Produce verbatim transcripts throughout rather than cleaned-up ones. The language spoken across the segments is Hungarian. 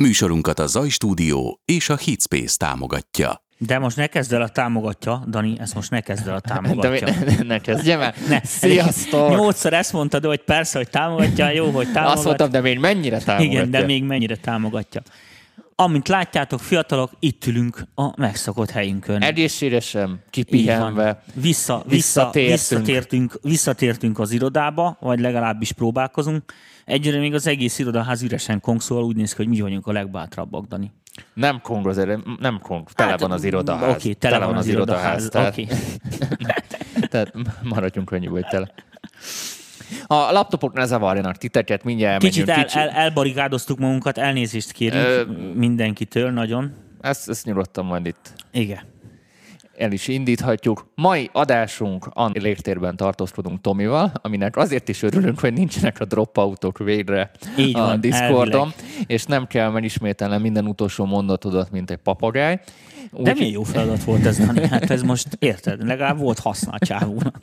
Műsorunkat a Zaj Stúdió és a Hitspace támogatja. De most ne kezd el a támogatja, Dani, ezt most ne kezd el a támogatja. De ne, ne kezdjem el. Ne. Sziasztok! Nyolcszor ezt mondtad, hogy persze, hogy támogatja, jó, hogy támogatja. Azt mondtam, de még mennyire támogatja. Igen, de még mennyire támogatja. Amint látjátok, fiatalok, itt ülünk a megszokott helyünkön. Egészségesen, kipihenve. Vissza, vissza, visszatértünk, visszatértünk az irodába, vagy legalábbis próbálkozunk. Egyre még az egész irodaház üresen kong, szóval úgy néz ki, hogy mi vagyunk a legbátrabbak, Dani. Nem kong, azért, nem kong, tele hát, van az irodaház. Oké, okay, tele, tele van az, az irodaház. irodaház tehát, okay. Tehát maradjunk annyi, hogy tele. A laptopok ne zavarjanak titeket, mindjárt Kicsit megyünk. El, kicsit el, elbarikádoztuk magunkat, elnézést kérünk Ö, mindenkitől, nagyon. Ezt, ezt nyugodtan majd itt. Igen. El is indíthatjuk. Mai adásunk a légtérben tartózkodunk Tomival, aminek azért is örülünk, hogy nincsenek a dropoutok végre Így a van, Discordon, elvileg. És nem kell megismételnem minden utolsó mondatodat, mint egy papagáj. Úgy... De milyen jó feladat volt ez, Dani? Hát ez most érted, legalább volt haszna a csávónak.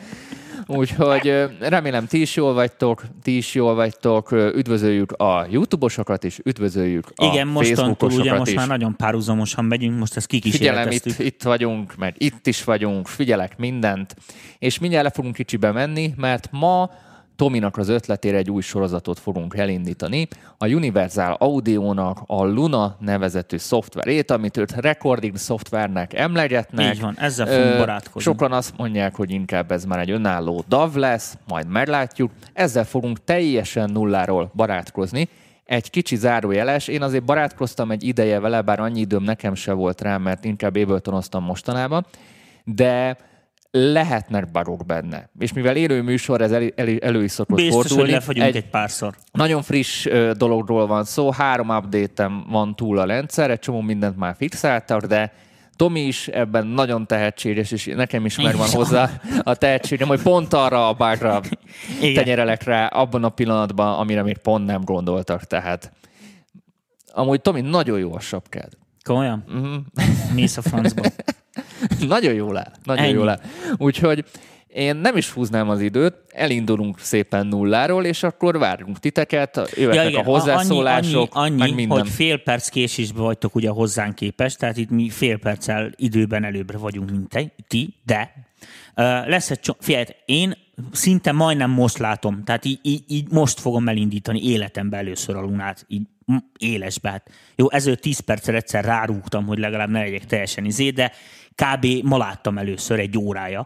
Úgyhogy remélem ti is jól vagytok, ti is jól vagytok, üdvözöljük a YouTube-osokat is, üdvözöljük a Igen, mostantól ugye most is. Már nagyon párhuzamosan megyünk, most ezt kikísérleteztük. Figyelem, itt, itt vagyunk, mert itt is vagyunk, figyelek mindent, és mindjárt le fogunk kicsibe menni, mert ma Tominak az ötletére egy új sorozatot fogunk elindítani. A Universal Audio-nak a Luna nevezetű szoftverét, amit őt recording szoftvernek emlegetnek. Így van, ezzel fogunk barátkozni. Sokan azt mondják, hogy inkább ez már egy önálló dáv lesz, majd meglátjuk. Ezzel fogunk teljesen nulláról barátkozni. Egy kicsi zárójeles, én azért barátkoztam egy ideje vele, bár annyi időm nekem se volt rá, mert inkább Abletonoztam mostanában, de lehetnek bugok benne. És mivel élő műsor, ez elő, elő, elő is szokott Biztos, fordulni. Biztos, hogy lefagyunk egy, egy párszor. Nagyon friss uh, dologról van szó, három update-em van túl a rendszer, egy csomó mindent már fixáltak, de Tomi is ebben nagyon tehetséges, és nekem is megvan hozzá a tehetségem, hogy pont arra a bugra tenyerelek rá abban a pillanatban, amire még pont nem gondoltak. Tehát amúgy Tomi, nagyon jó a sapkád. Komolyan? Uh-huh. Mész a francba. Nagyon jól áll. Nagyon Ennyi. jól áll. Úgyhogy én nem is húznám az időt, elindulunk szépen nulláról, és akkor várjunk titeket, jöhetnek ja, a hozzászólások, annyi, annyi, meg minden. Hogy fél perc késésben vagytok ugye hozzánk képest, tehát itt mi fél perccel időben előbbre vagyunk, mint te, ti, de uh, lesz egy csomó, figyelj, én szinte majdnem most látom, tehát így, így, így most fogom elindítani életemben először a Lunát, így élesbe. Hát jó, ezért tíz perccel egyszer rárúgtam, hogy legalább ne legyek teljesen izé, de kb. Ma láttam először egy órája.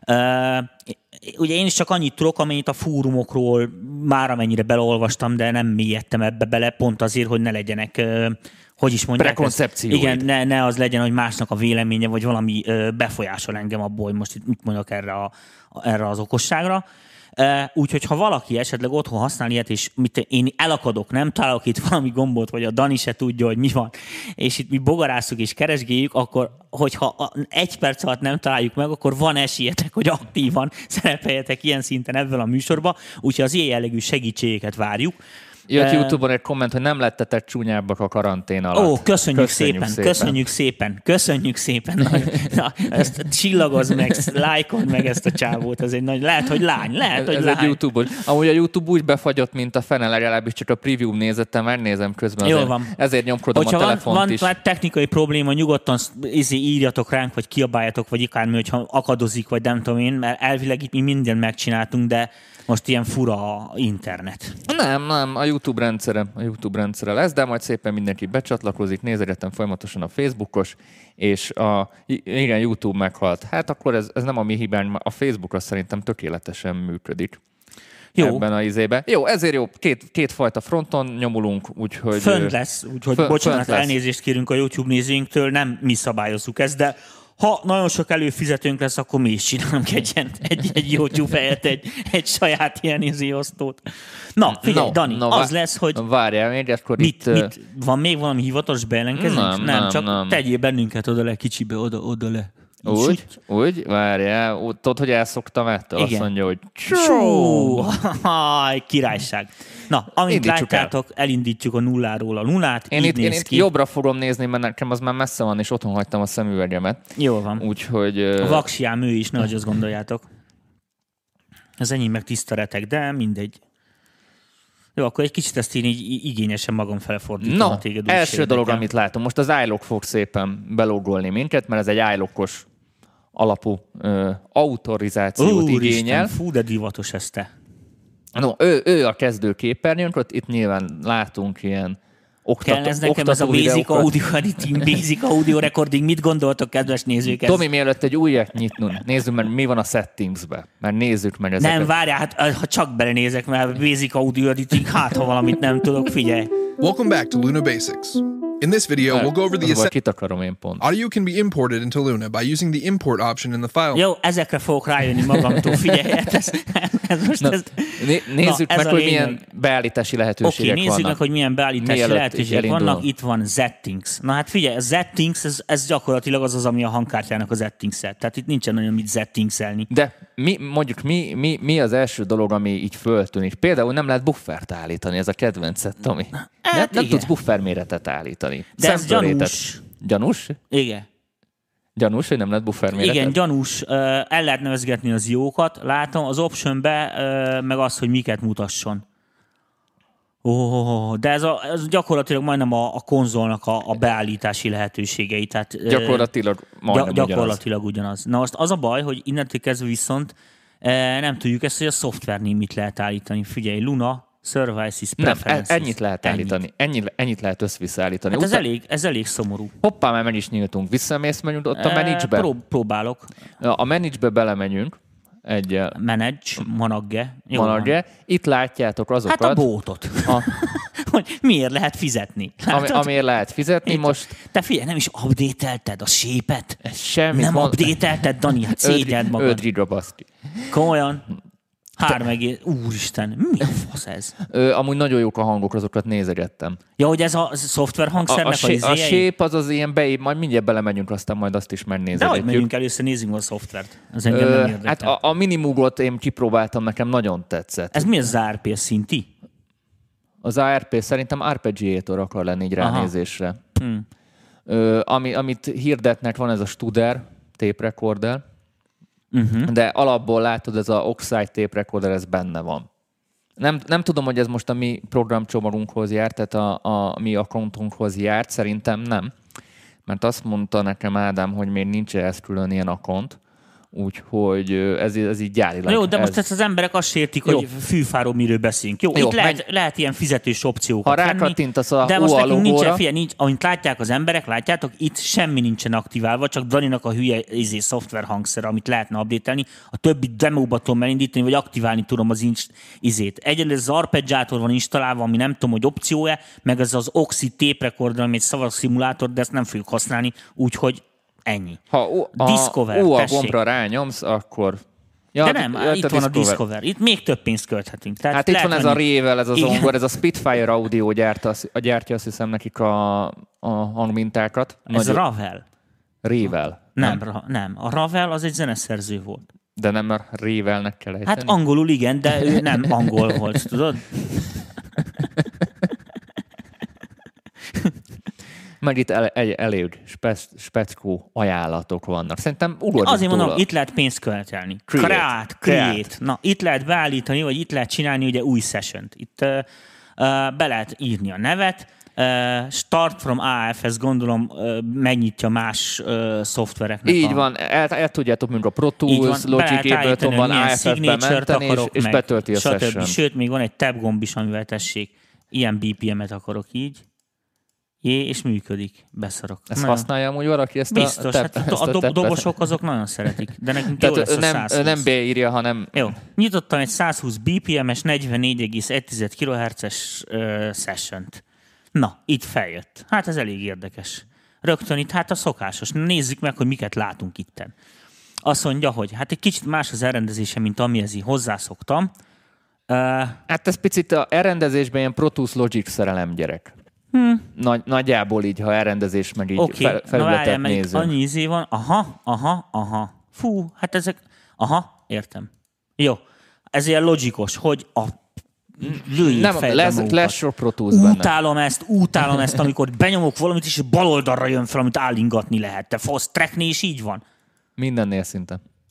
Uh, ugye én is csak annyit tudok, amennyit a fórumokról már amennyire beleolvastam, de nem mélyedtem ebbe bele, pont azért, hogy ne legyenek, uh, hogy is mondják. Prekoncepcióid. Igen, ne, ne az legyen, hogy másnak a véleménye, vagy valami uh, befolyásol engem abból, hogy most itt mit mondok erre, a, erre az okosságra. Uh, Úgyhogy ha valaki esetleg otthon használ ilyet, és mit, én elakadok, nem találok itt valami gombot, vagy a Dani se tudja, hogy mi van, és itt mi bogarászunk és keresgéljük, akkor hogyha egy perc alatt nem találjuk meg, akkor van esélyetek, hogy aktívan szerepeljetek ilyen szinten ebben a műsorban, úgyhogy az ilyen jellegű segítségeket várjuk. Jött uh, YouTube-on egy komment, hogy nem lettetek csúnyábbak a karantén alatt. Ó, köszönjük, köszönjük szépen, szépen, köszönjük szépen, köszönjük szépen. Na, ezt csillagozd meg, lájkod meg ezt a csávót, ez egy nagy, lehet, hogy lány, lehet, hogy ez lány. Egy YouTube-on. Amúgy a YouTube úgy befagyott, mint a fene, legalábbis csak a preview nézettem, megnézem közben. Jól azért, van. Ezért nyomkodom hogyha a telefont van, is. Van technikai probléma, nyugodtan írjatok ránk, vagy kiabáljatok, vagy akármi, hogyha akadozik, vagy nem tudom én, mert elvileg itt mi mindent megcsináltunk, de most ilyen fura a internet. Nem, nem, a YouTube rendszere, a YouTube rendszere lesz, de majd szépen mindenki becsatlakozik, nézegetem folyamatosan a Facebookos, és a, igen, YouTube meghalt. Hát akkor ez, ez nem a mi hibánk, a Facebook az szerintem tökéletesen működik. Jó. Ebben a izébe. Jó, ezért jó, két, két fajta fronton nyomulunk, úgyhogy... Fönt lesz, úgyhogy fön, bocsánat, elnézést kérünk a YouTube nézőinktől, nem mi szabályozzuk ezt, de ha nagyon sok előfizetőnk lesz, akkor mi is csinálunk egy, egy, egy YouTube helyett egy, egy saját ilyen izéosztót. Na, figyelj, no, Dani, no, az lesz, hogy... Várjál, még akkor mit, itt... Mit, van még valami hivatalos bejelentkezés? Nem, nem, nem, csak nem. tegyél bennünket oda le, kicsibe, oda, oda le. Úgy, úgy, várjál, tudod, hogy elszoktam ettől? Azt mondja, hogy csó, királyság. Na, amint indítsuk látjátok, el. elindítjuk a nulláról a Lunát, én így itt, néz én itt ki. jobbra fogom nézni, mert nekem az már messze van, és otthon hagytam a szemüvegemet. Jól van. Úgyhogy... A vaksiám ő is, nehogy azt gondoljátok. Az enyém meg tiszta retek, de mindegy. Jó, akkor egy kicsit ezt én így igényesen magam fele fordítom. No, a téged első dolog, amit látom. Most az iLog fog szépen belogolni minket, mert ez egy iLog-os alapú ö, autorizációt Úristen, igényel. Fú, de divatos ez te. No, ő, ő a kezdő képernyőnk, ott itt nyilván látunk ilyen oktató, Kell ez nekem ez a Basic Audio Editing, Basic Audio Recording. Mit gondoltok, kedves nézők? Ez... Tomi, mielőtt egy újat nyitnunk, nézzük meg, mi van a settingsbe. Mert nézzük meg ezeket. Nem, várjál, hát ha csak belenézek, mert Basic Audio Editing, hát ha valamit nem tudok, figyelj. Welcome back to Luna Basics. In this video, we'll go over the essentials. Kit akarom én pont. Audio can be imported into Luna by using the import option in the file. Jó, ezekre fogok rájönni magamtól, figyelj. Ez, ez most Na, ez... né- nézzük Na, meg, hogy lényeg. milyen beállítási lehetőségek Oké, okay, nézzük vannak. meg, hogy milyen beállítási Mielőtt lehetőségek vannak. Itt van Settings. Na hát figyelj, a Settings, ez, ez gyakorlatilag az az, ami a hangkártyának az Settings-et. Tehát itt nincsen olyan mit settingselni. De mi, mondjuk mi, mi, mi az első dolog, ami így föltűnik? Például nem lehet buffert állítani, ez a kedvencet, Tomi. Hát nem, nem igen. tudsz buffer méretet állítani. De ez Sample rate-et. gyanús. Gyanús? Igen. Gyanús, hogy nem lehet buffer méretet? Igen, gyanús. El lehet nevezgetni az jókat. Látom az optionbe, meg az, hogy miket mutasson. Oh, de ez, a, ez gyakorlatilag majdnem a, a konzolnak a, a beállítási lehetőségei. Tehát, gyakorlatilag majdnem gy- Gyakorlatilag ugyanaz. ugyanaz. Na most az a baj, hogy innentől kezdve viszont nem tudjuk ezt, hogy a szoftvernél mit lehet állítani. Figyelj, Luna, Services, Preferences. Nem, ennyit lehet állítani. Ennyit, ennyit lehet össze-visszaállítani. Hát ez, elég, ez elég szomorú. Hoppá, már meg is nyíltunk. Visszamész, menjünk ott a Manage-be. Prób- próbálok. A Manage-be belemegyünk. Egy Manage, managge. managge. Itt látjátok azokat. Hát a bótot. A... hogy miért lehet fizetni. Ami, amiért lehet fizetni Itt, most. Te figyelj, nem is update-elted a shape-et? Semmi. Nem mond... update-elted, Dani, hát szégyeld magad. öt giga baszki. Komolyan. Három egész. Úristen, mi a fasz ez? Ö, amúgy nagyon jók a hangok, azokat nézegettem. Ja, hogy ez a szoftver hangszernek a, a, a, a shape az az ilyen beép, majd mindjárt belemegyünk, aztán majd azt is megnézegetjük. De hogy megyünk először, nézzünk a szoftvert. Ez engem nem érdekel. Hát a, a Minimugot én kipróbáltam, nekem nagyon tetszett. Ez mi az á er pé szinti? Az á er pé szerintem arpeggiator akar lenni így ránézésre. Hmm. Ö, ami, amit hirdetnek, van ez a Studer tape recorder, uh-huh. de alapból látod, ez a Oxide tape recorder, ez benne van. Nem, nem tudom, hogy ez most a mi programcsomagunkhoz járt, tehát a, a mi accountunkhoz járt, szerintem nem. Mert azt mondta nekem Ádám, hogy még nincs ez külön ilyen account, úgyhogy ez, ez így gyárilag. Jó, de ez... most ezt az emberek azt sértik, hogy fűfáról miről beszélünk. Jó, Jó itt lehet, meg... lehet ilyen fizetős opciókat ha rákattintasz a de most nekünk nincsen, figyelj, nincs, amint látják az emberek, látjátok, itt semmi nincsen aktiválva, csak Daninak a hülye izé, szoftver hangszer, amit lehetne update-elni. A többi demóba tudom elindítani, vagy aktiválni tudom az inst, izét. Egyelőre az arpeggiator van installálva, ami nem tudom, hogy opció-e, meg ez az Oxy tape recorder, ami egy szavas szimulátor, de ezt nem fogjuk használni, úgyhogy ennyi. Ha ó, a, Discover, ó, a tessék. gombra rányomsz, akkor... Ja, de nem, itt, itt a van Discover. a Discover. Itt még több pénzt költhetünk. Tehát hát itt van ez venni... a Rével, ez az zongor, ez a Spitfire Audio gyárta, a gyártja, azt hiszem nekik a, a hangmintákat. Ez Nagy... Ravel? Rével. Nem, nem, ra, nem. A Ravel az egy zeneszerző volt. De nem a Révelnek kell ejteni? Hát angolul igen, de ő nem angol volt, tudod? Meg itt el, el, elég spec, speckó ajánlatok vannak. Szerintem ugorjunk Azért mondom, a... itt lehet pénzt követelni. Create, create, create. Na, itt lehet beállítani, vagy itt lehet csinálni ugye új sessiont. Itt uh, uh, be lehet írni a nevet. Uh, start from á ef, ezt gondolom uh, megnyitja más uh, szoftvereknek. Így a... van, el, el tudjátok, mint a Pro Tools, Logic, Ableton van, á ef ef-be menteni, és, és betölti a session. Sőt, még van egy tab gomb is, amivel tessék. Ilyen bé pé em-et akarok így. Jé, és működik. Beszarok. Ezt nagyon. használja amúgy valaki? Ezt Biztos, a, hát a, a dob- dobosok azok nagyon szeretik, de nekünk jó lesz a nem, száz húsz. nem beírja, hanem... Jó, nyitottam egy száz húsz bé pé em-es negyvennégy egész egy kilohertzes uh, sessiont. Na, itt feljött. Hát ez elég érdekes. Rögtön itt, hát a szokásos. Nézzük meg, hogy miket látunk itten. Azt mondja, hogy hát egy kicsit más az elrendezése, mint amihez így hozzászoktam. Uh, hát ez picit a elrendezésben ilyen Pro Tools Logic szerelem gyerek. Hmm. Nagy, nagyjából így, ha elrendezés meg így okay. fel, felületet Na, nézünk. Annyi izé van. Aha, aha, aha. Fú, hát ezek... Aha, értem. Jó. Ez ilyen logikos, hogy a lőjék nem, lesz, lesz sok Pro Tools benne. Utálom ezt, utálom ezt, amikor benyomok valamit, és bal oldalra jön fel, amit állingatni lehet. Te fasz tracknél is így van. Mindennél szinte.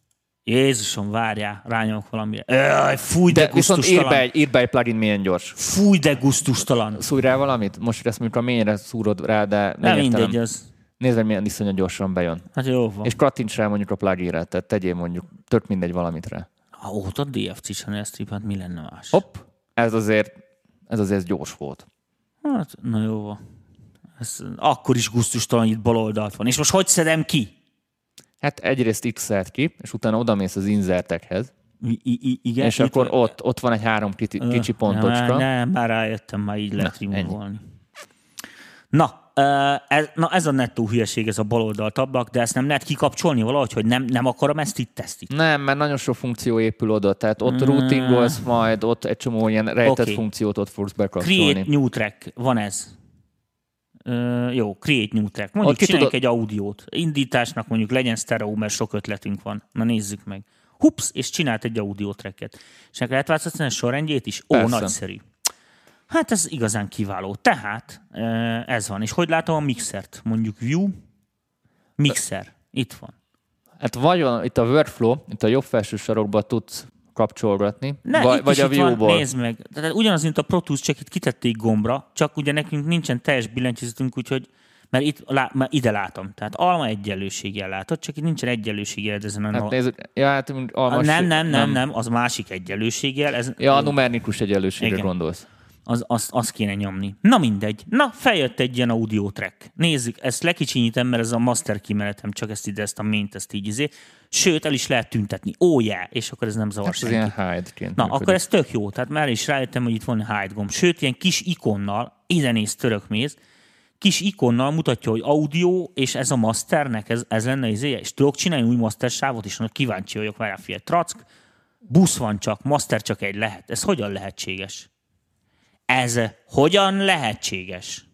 Jézusom, várjál, rányomok valamire. Jaj, fúj, de, De viszont ír gusztustalan. be, egy, ír be egy plugin milyen gyors. Fúj, de gusztustalan. Szúrj rá valamit? Most ezt mondjuk a mélyre szúrod rá, de Nem lényegtelen. mindegy, az. Nézd meg, milyen iszonyat gyorsan bejön. Hát jó van. És kattints rá mondjuk a pluginre, tehát tegyél mondjuk, tört mindegy valamit rá. Ha ott a dé ef cé Channel Strip, hát mi lenne más? Hopp, ez azért, ez azért gyors volt. Hát, na jó van. Ez akkor is gusztustalan, itt bal oldalt van. És most hogy szedem ki? Hát egyrészt X-elt ki, és utána odamész az inzertekhez, I- I- igen, és itt akkor van. ott, ott van egy három kicsi, Ö, kicsi pontocska. Nem, nem, már rájöttem, már így lehet Na, removalni. Na, ö, ez, na, ez a nettó hülyeség, ez a baloldalt ablak, de ezt nem lehet kikapcsolni valahogy, hogy nem, nem akarom ezt itt tesztít. Nem, mert nagyon sok funkció épül oda, tehát ott routingolsz majd, ott egy csomó ilyen rejtett Oké. funkciót ott fogsz bekapcsolni. Create new track, van ez. Ö, jó, create new track. Mondjuk ki csináljunk tudod- egy audiót. Indításnak mondjuk legyen sztereó, mert sok ötletünk van. Na nézzük meg. Hups, és csinált egy audio tracket. És neki lehet változtatni a sorrendjét is? Ó, Persze. nagyszerű. Hát ez igazán kiváló. Tehát ö, ez van. És hogy látom a mixert? Mondjuk view, mixer. Itt van. Hát vagy van, itt a workflow, itt a jobb felső sarokban tudsz kapcsolgatni, Ne, vagy, itt vagy is a itt van, view-ból. nézd meg. Tehát ugyanaz, mint a Pro Tools, csak itt kitették gombra, csak ugye nekünk nincsen teljes billentyűzetünk, úgyhogy mert, itt, lá, mert ide látom. Tehát alma egyenlőséggel látod, csak itt nincsen egyenlőséggel ezen a... Hát no... nézzük, ja, hát mint almas, nem, nem, nem, nem, az másik egyenlőséggel. Ez, Ja, a numerikus egyenlőségre Igen. gondolsz. az, az, az kéne nyomni. Na mindegy. Na, feljött egy ilyen audio track. Nézzük, ezt lekicsinyítem, mert ez a master kimenetem, csak ezt ide, ezt a maint, ezt így izé. Sőt, el is lehet tüntetni. Ó, oh, yeah! És akkor ez nem zavar Hát ez senkit. ilyen hide-ként Na, működik. akkor ez tök jó. Tehát már is rájöttem, hogy itt van hide gomb. Sőt, ilyen kis ikonnal, ide néz törökméz, kis ikonnal mutatja, hogy audio, és ez a masternek, ez, ez lenne izéje. És tudok csinálni új master sávot is, annak kíváncsi vagyok, várjál, figyelj, track, busz van csak, master csak egy lehet. Ez hogyan lehetséges? Ez hogyan lehetséges?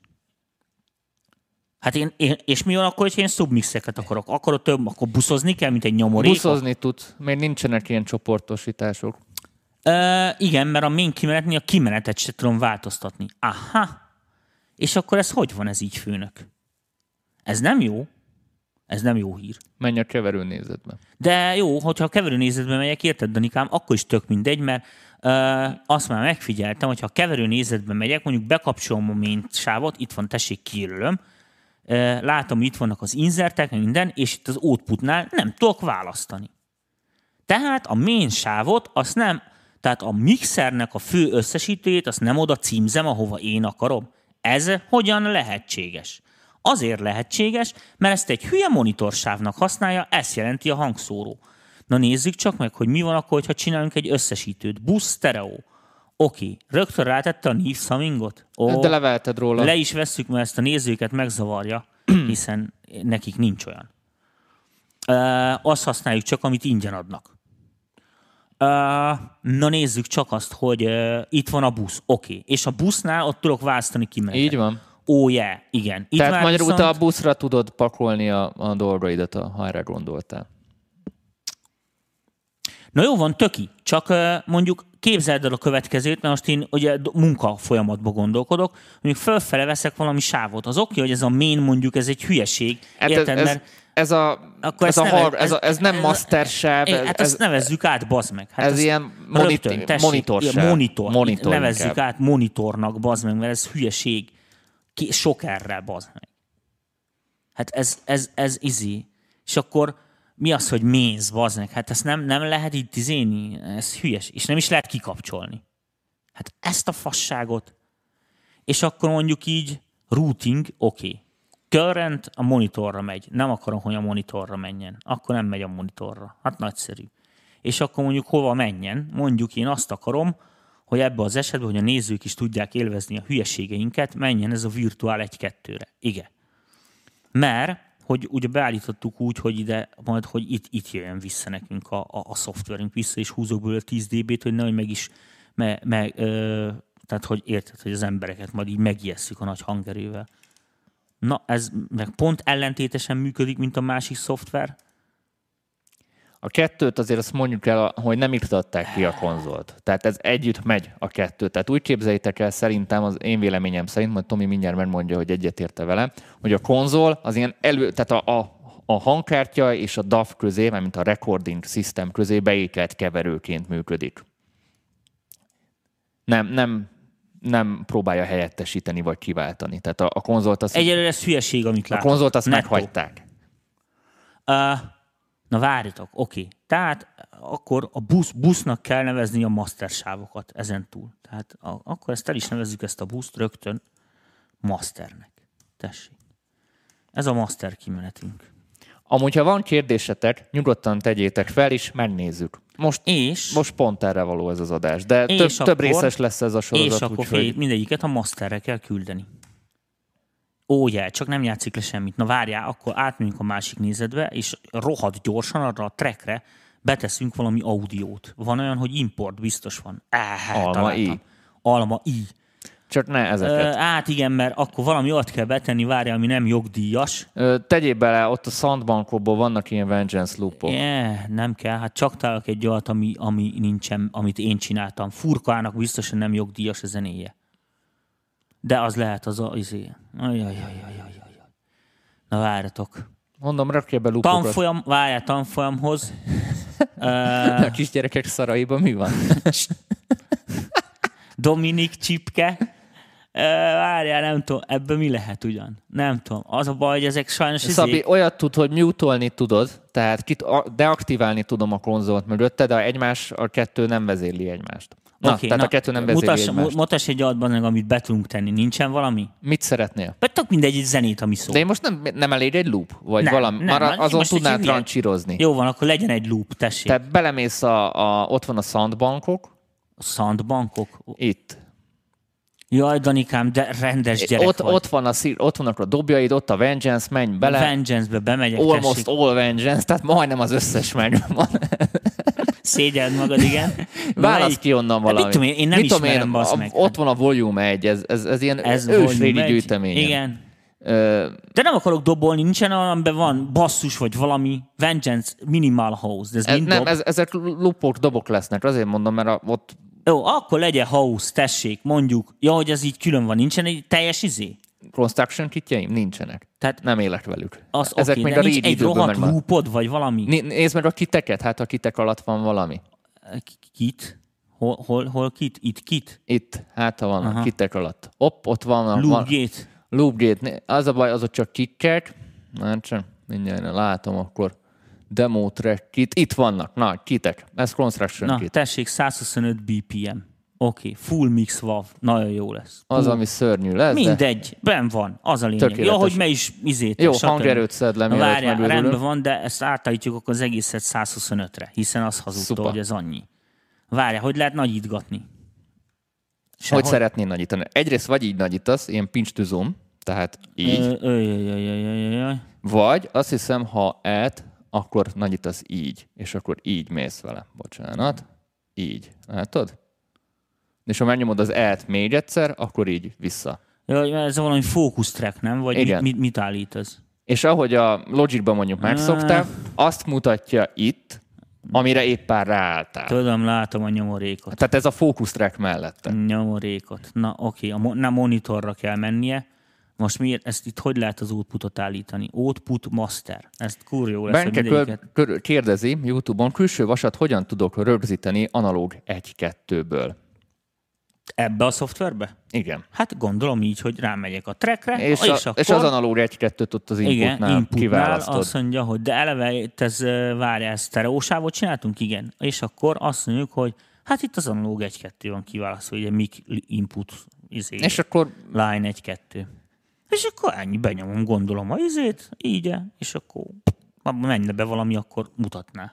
Hát én, én és mi van akkor, hogy én submixeket akarok? Akarod több, akkor buszozni kell, mint egy nyomorék? Buszozni tudsz, még nincsenek ilyen csoportosítások. Ö, igen, mert a main kimenetni a kimenetet se tudom változtatni. Aha. És akkor ez hogy van ez így, főnök? Ez nem jó. Ez nem jó hír. Menj a keverőnézetbe. De jó, hogyha a keverőnézetbe megyek, érted, Danikám, akkor is tök mindegy, mert ö, azt már megfigyeltem, hogyha a keverőnézetbe megyek, mondjuk bekapcsolom a main sávot, itt van, tessék, kijelölöm, ö, látom, itt vannak az insertek, minden, és itt az outputnál nem tudok választani. Tehát a main sávot, azt nem, tehát a mixernek a fő összesítőjét, azt nem oda címzem, ahova én akarom. Ez hogyan lehetséges? Azért lehetséges, mert ezt egy hülye monitorsávnak használja, ezt jelenti a hangszóró. Na nézzük csak meg, hogy mi van akkor, ha csinálunk egy összesítőt. Busz, stereo. Oké, rögtön rátette a Neve Summingot. Ó, De levelted róla. le is vesszük, mert ezt a nézőket megzavarja, hiszen nekik nincs olyan. Uh, azt használjuk csak, amit ingyen adnak. Uh, na nézzük csak azt, hogy uh, itt van a busz. Oké. Okay. És a busznál ott tudok választani kimenetet. Így van. Ó, oh, yeah, igen. Itt Tehát már magyarul viszont... te a buszra tudod pakolni a, a dolgaidat, ha erre gondoltál. Na jó van, töki. Csak uh, mondjuk képzeld el a következőt, mert most én ugye munka folyamatban gondolkodok, mondjuk fölfele veszek valami sávot. Az oké, hogy ez a main mondjuk, ez egy hülyeség. Hát Érted? ez, Mert ez, a, akkor ez, ezt a neve- har, ez, a, ez nem ez- master sáv, É, ez, hát ez, ezt nevezzük át, bazd meg. Hát ez ezt ilyen monit- rögtön, tessék, monitor ilyen sáv. Monitor. Monitor Nevezzük inkább. át monitornak, bazd meg, mert ez hülyeség. Ki, sok erre, bazd meg. Hát ez, ez, ez izi. És akkor mi az, hogy mész, bazd meg? Hát ezt nem, nem lehet így tizéni. Ez hülyes. És nem is lehet kikapcsolni. Hát ezt a fasságot. És akkor mondjuk így routing, oké. Okay. Current a monitorra megy. Nem akarom, hogy a monitorra menjen. Akkor nem megy a monitorra. Hát nagyszerű. És akkor mondjuk hova menjen? Mondjuk én azt akarom, hogy ebbe az esetben, hogy a nézők is tudják élvezni a hülyeségeinket, menjen ez a virtuál egy-kettőre. Igen. Mert, hogy ugye beállítottuk úgy, hogy ide, majd, hogy itt, itt jöjjön vissza nekünk a, a, a szoftverünk vissza, és húzok belőle tíz dB-t, hogy nehogy meg is, me, me, ö, tehát hogy érted, hogy az embereket majd így megijesszük a nagy hangerővel. Na, ez meg pont ellentétesen működik, mint a másik szoftver. A kettőt azért azt mondjuk el, hogy nem iktatták ki a konzolt. Tehát ez együtt megy a kettő. Tehát úgy képzeljétek el szerintem, az én véleményem szerint, majd Tomi mindjárt megmondja, hogy egyetérte vele, hogy a konzol az ilyen elő, tehát a, a, a hangkártya és a dé á vé közé, mint a Recording System közé beékelt keverőként működik. Nem, nem, nem próbálja helyettesíteni vagy kiváltani. Tehát a, a konzolt az... Egyelőre ez hülyeség, amit A látok. konzolt azt Netto. meghagyták. Uh, na várjatok, oké. Okay. Tehát akkor a busz, busznak kell nevezni a master sávokat ezen túl. Tehát a, akkor ezt el is nevezzük ezt a buszt rögtön masternek. Tessék. Ez a master kimenetünk. Amúgy, ha van kérdésetek, nyugodtan tegyétek fel, és megnézzük. Most, és, most pont erre való ez az adás, de több, akkor, több részes lesz ez a sorozat. És akkor úgyhogy... mindegyiket a masterre kell küldeni. Ó, jel, csak nem játszik le semmit. Na várjál, akkor átmegyünk a másik nézetbe, és rohadt gyorsan arra a trackre beteszünk valami audiót. Van olyan, hogy import biztos van. Á, Alma I. Alma I. Csak ne ezeket. Ö, hát igen, mert akkor valami olyat kell betenni, várjál, ami nem jogdíjas. Ö, tegyél bele, ott a Soundbankokból vannak ilyen Vengeance loopok. Yeah, nem kell, hát csak találok egy olyat, ami, ami nincsen, amit én csináltam. Furkának biztosan nem jogdíjas a zenéje. De az lehet az a... Izé. Ajajajajajajaj. Na várjatok. Mondom, rakja be loopokat. Tanfolyam, várjál, tanfolyamhoz. uh, a kisgyerekek szaraiban mi van? Dominik Csipke. Uh, várjál, nem tudom, ebben mi lehet ugyan? Nem tudom. Az a baj, hogy ezek sajnos... Szabi, izék... olyat tud, hogy mute-olni tudod, tehát kit, deaktiválni tudom a konzolt mögötte, de egymás, a kettő nem vezérli egymást. Na, okay, tehát na, a kettő nem vezérli mutass, egymást. Mutass egy adatban meg, amit be tudunk tenni. Nincsen valami? Mit szeretnél? Tök mindegy, egy zenét, ami szól. De én most nem, nem elég egy loop? Vagy nem, valami? Nem, Már azon tudnál ilyen... trancsírozni. Jó van, akkor legyen egy loop, tessék. Tehát belemész a, a... Ott van a Soundbankok. A Soundbankok? Itt. Jaj, Danikám, de rendes gyerek ott, vagy. Ott, van a, ott vannak a dobjaid, ott a Vengeance, menj bele. Vengeance-be bemegyek, Almost tessék. all Vengeance, tehát majdnem az összes megvan. Szégyeld magad, igen. Válasz ki onnan valami. Mit tudom én, én nem mit ismerem, én, bassz a, meg. Ott van a Volume egy, ez, ez, ez ilyen ez ősrégi gyűjtemény. Igen. Ö... De nem akarok dobolni, nincsen olyan, amiben van basszus vagy valami Vengeance Minimal House. De ez ez, mind nem, dob. ez, ezek lupok, dobok lesznek, azért mondom, mert a, ott... Jó, akkor legyen house, tessék, mondjuk. Ja, hogy ez így külön van, nincsen egy teljes izé? Construction kitjeim? Nincsenek. Tehát nem élek velük. Az Ezek oké, még de a nincs régi egy időből rohadt megvan. loopod, vagy valami? Né- nézd meg a kiteket, hát a kitek alatt van valami. Kit? Hol, hol, hol kit? Itt kit? Itt, hát van Aha. a kitek alatt. Hopp, ott van. Loopgate. Loopgate. Az a baj, azok csak kitek. Már csak mindjárt látom akkor. Demo track kit. Itt vannak. Na, kitek. Ez construction Na, kit. tessék, száz huszonöt bé pé em. Oké, okay. Full mix vav. Nagyon jó lesz. Az, Full. ami szörnyű lesz, Mindegy, benn van. Az a lényeg. Tökéletes. Jó, hogy me is izét. Jó, hangerőt szed le, mielőtt várjál, megőrülök. rendben van, de ezt átállítjuk akkor az egészet száz huszonötre, hiszen az hazudta, Szupa. hogy ez annyi. Várjál, hogy lehet nagyítgatni? Hogy szeretnél nagyítani? Egyrészt vagy így nagyítasz, ilyen pinch to zoom, tehát így. Ö, ö, ö, ö, ö, ö, ö. Vagy azt hiszem, ha át, akkor nagyítasz így, és akkor így mész vele. Bocsánat. Így. Látod? És ha megnyomod az át még egyszer, akkor így vissza. Ja, ez valami focus track, nem? Vagy Igen. mit, mit állít ez? És ahogy a Logicban mondjuk megszoktál, azt mutatja itt, amire éppen ráálltál. Tudom, látom a nyomorékot. Tehát ez a focus track mellette. Nyomorékot. Na, oké, okay. a mo- na, monitorra kell mennie. Most miért? Ezt itt hogy lehet az outputot állítani? Output master. Ezt kurva jó lesz, Benke hogy mindegyiket... kör, kör, kérdezi YouTube-on, külső vasat hogyan tudok rögzíteni analóg egy-kettőből? Ebbe a szoftverbe? Igen. Hát gondolom így, hogy rámegyek a trackre, És, és, a, akkor... és az analóg egy-kettőt ott az inputnál, igen, inputnál kiválasztod. azt mondja, hogy de eleve ez, várjál, sztereósávot csináltunk? Igen. És akkor azt mondjuk, hogy hát itt az analóg egy-kettő van kiválasztva, ugye mic input izé, És akkor line egy-kettő. És akkor ennyi, benyomom, gondolom a izét, így, és akkor menne be valami, akkor mutatná.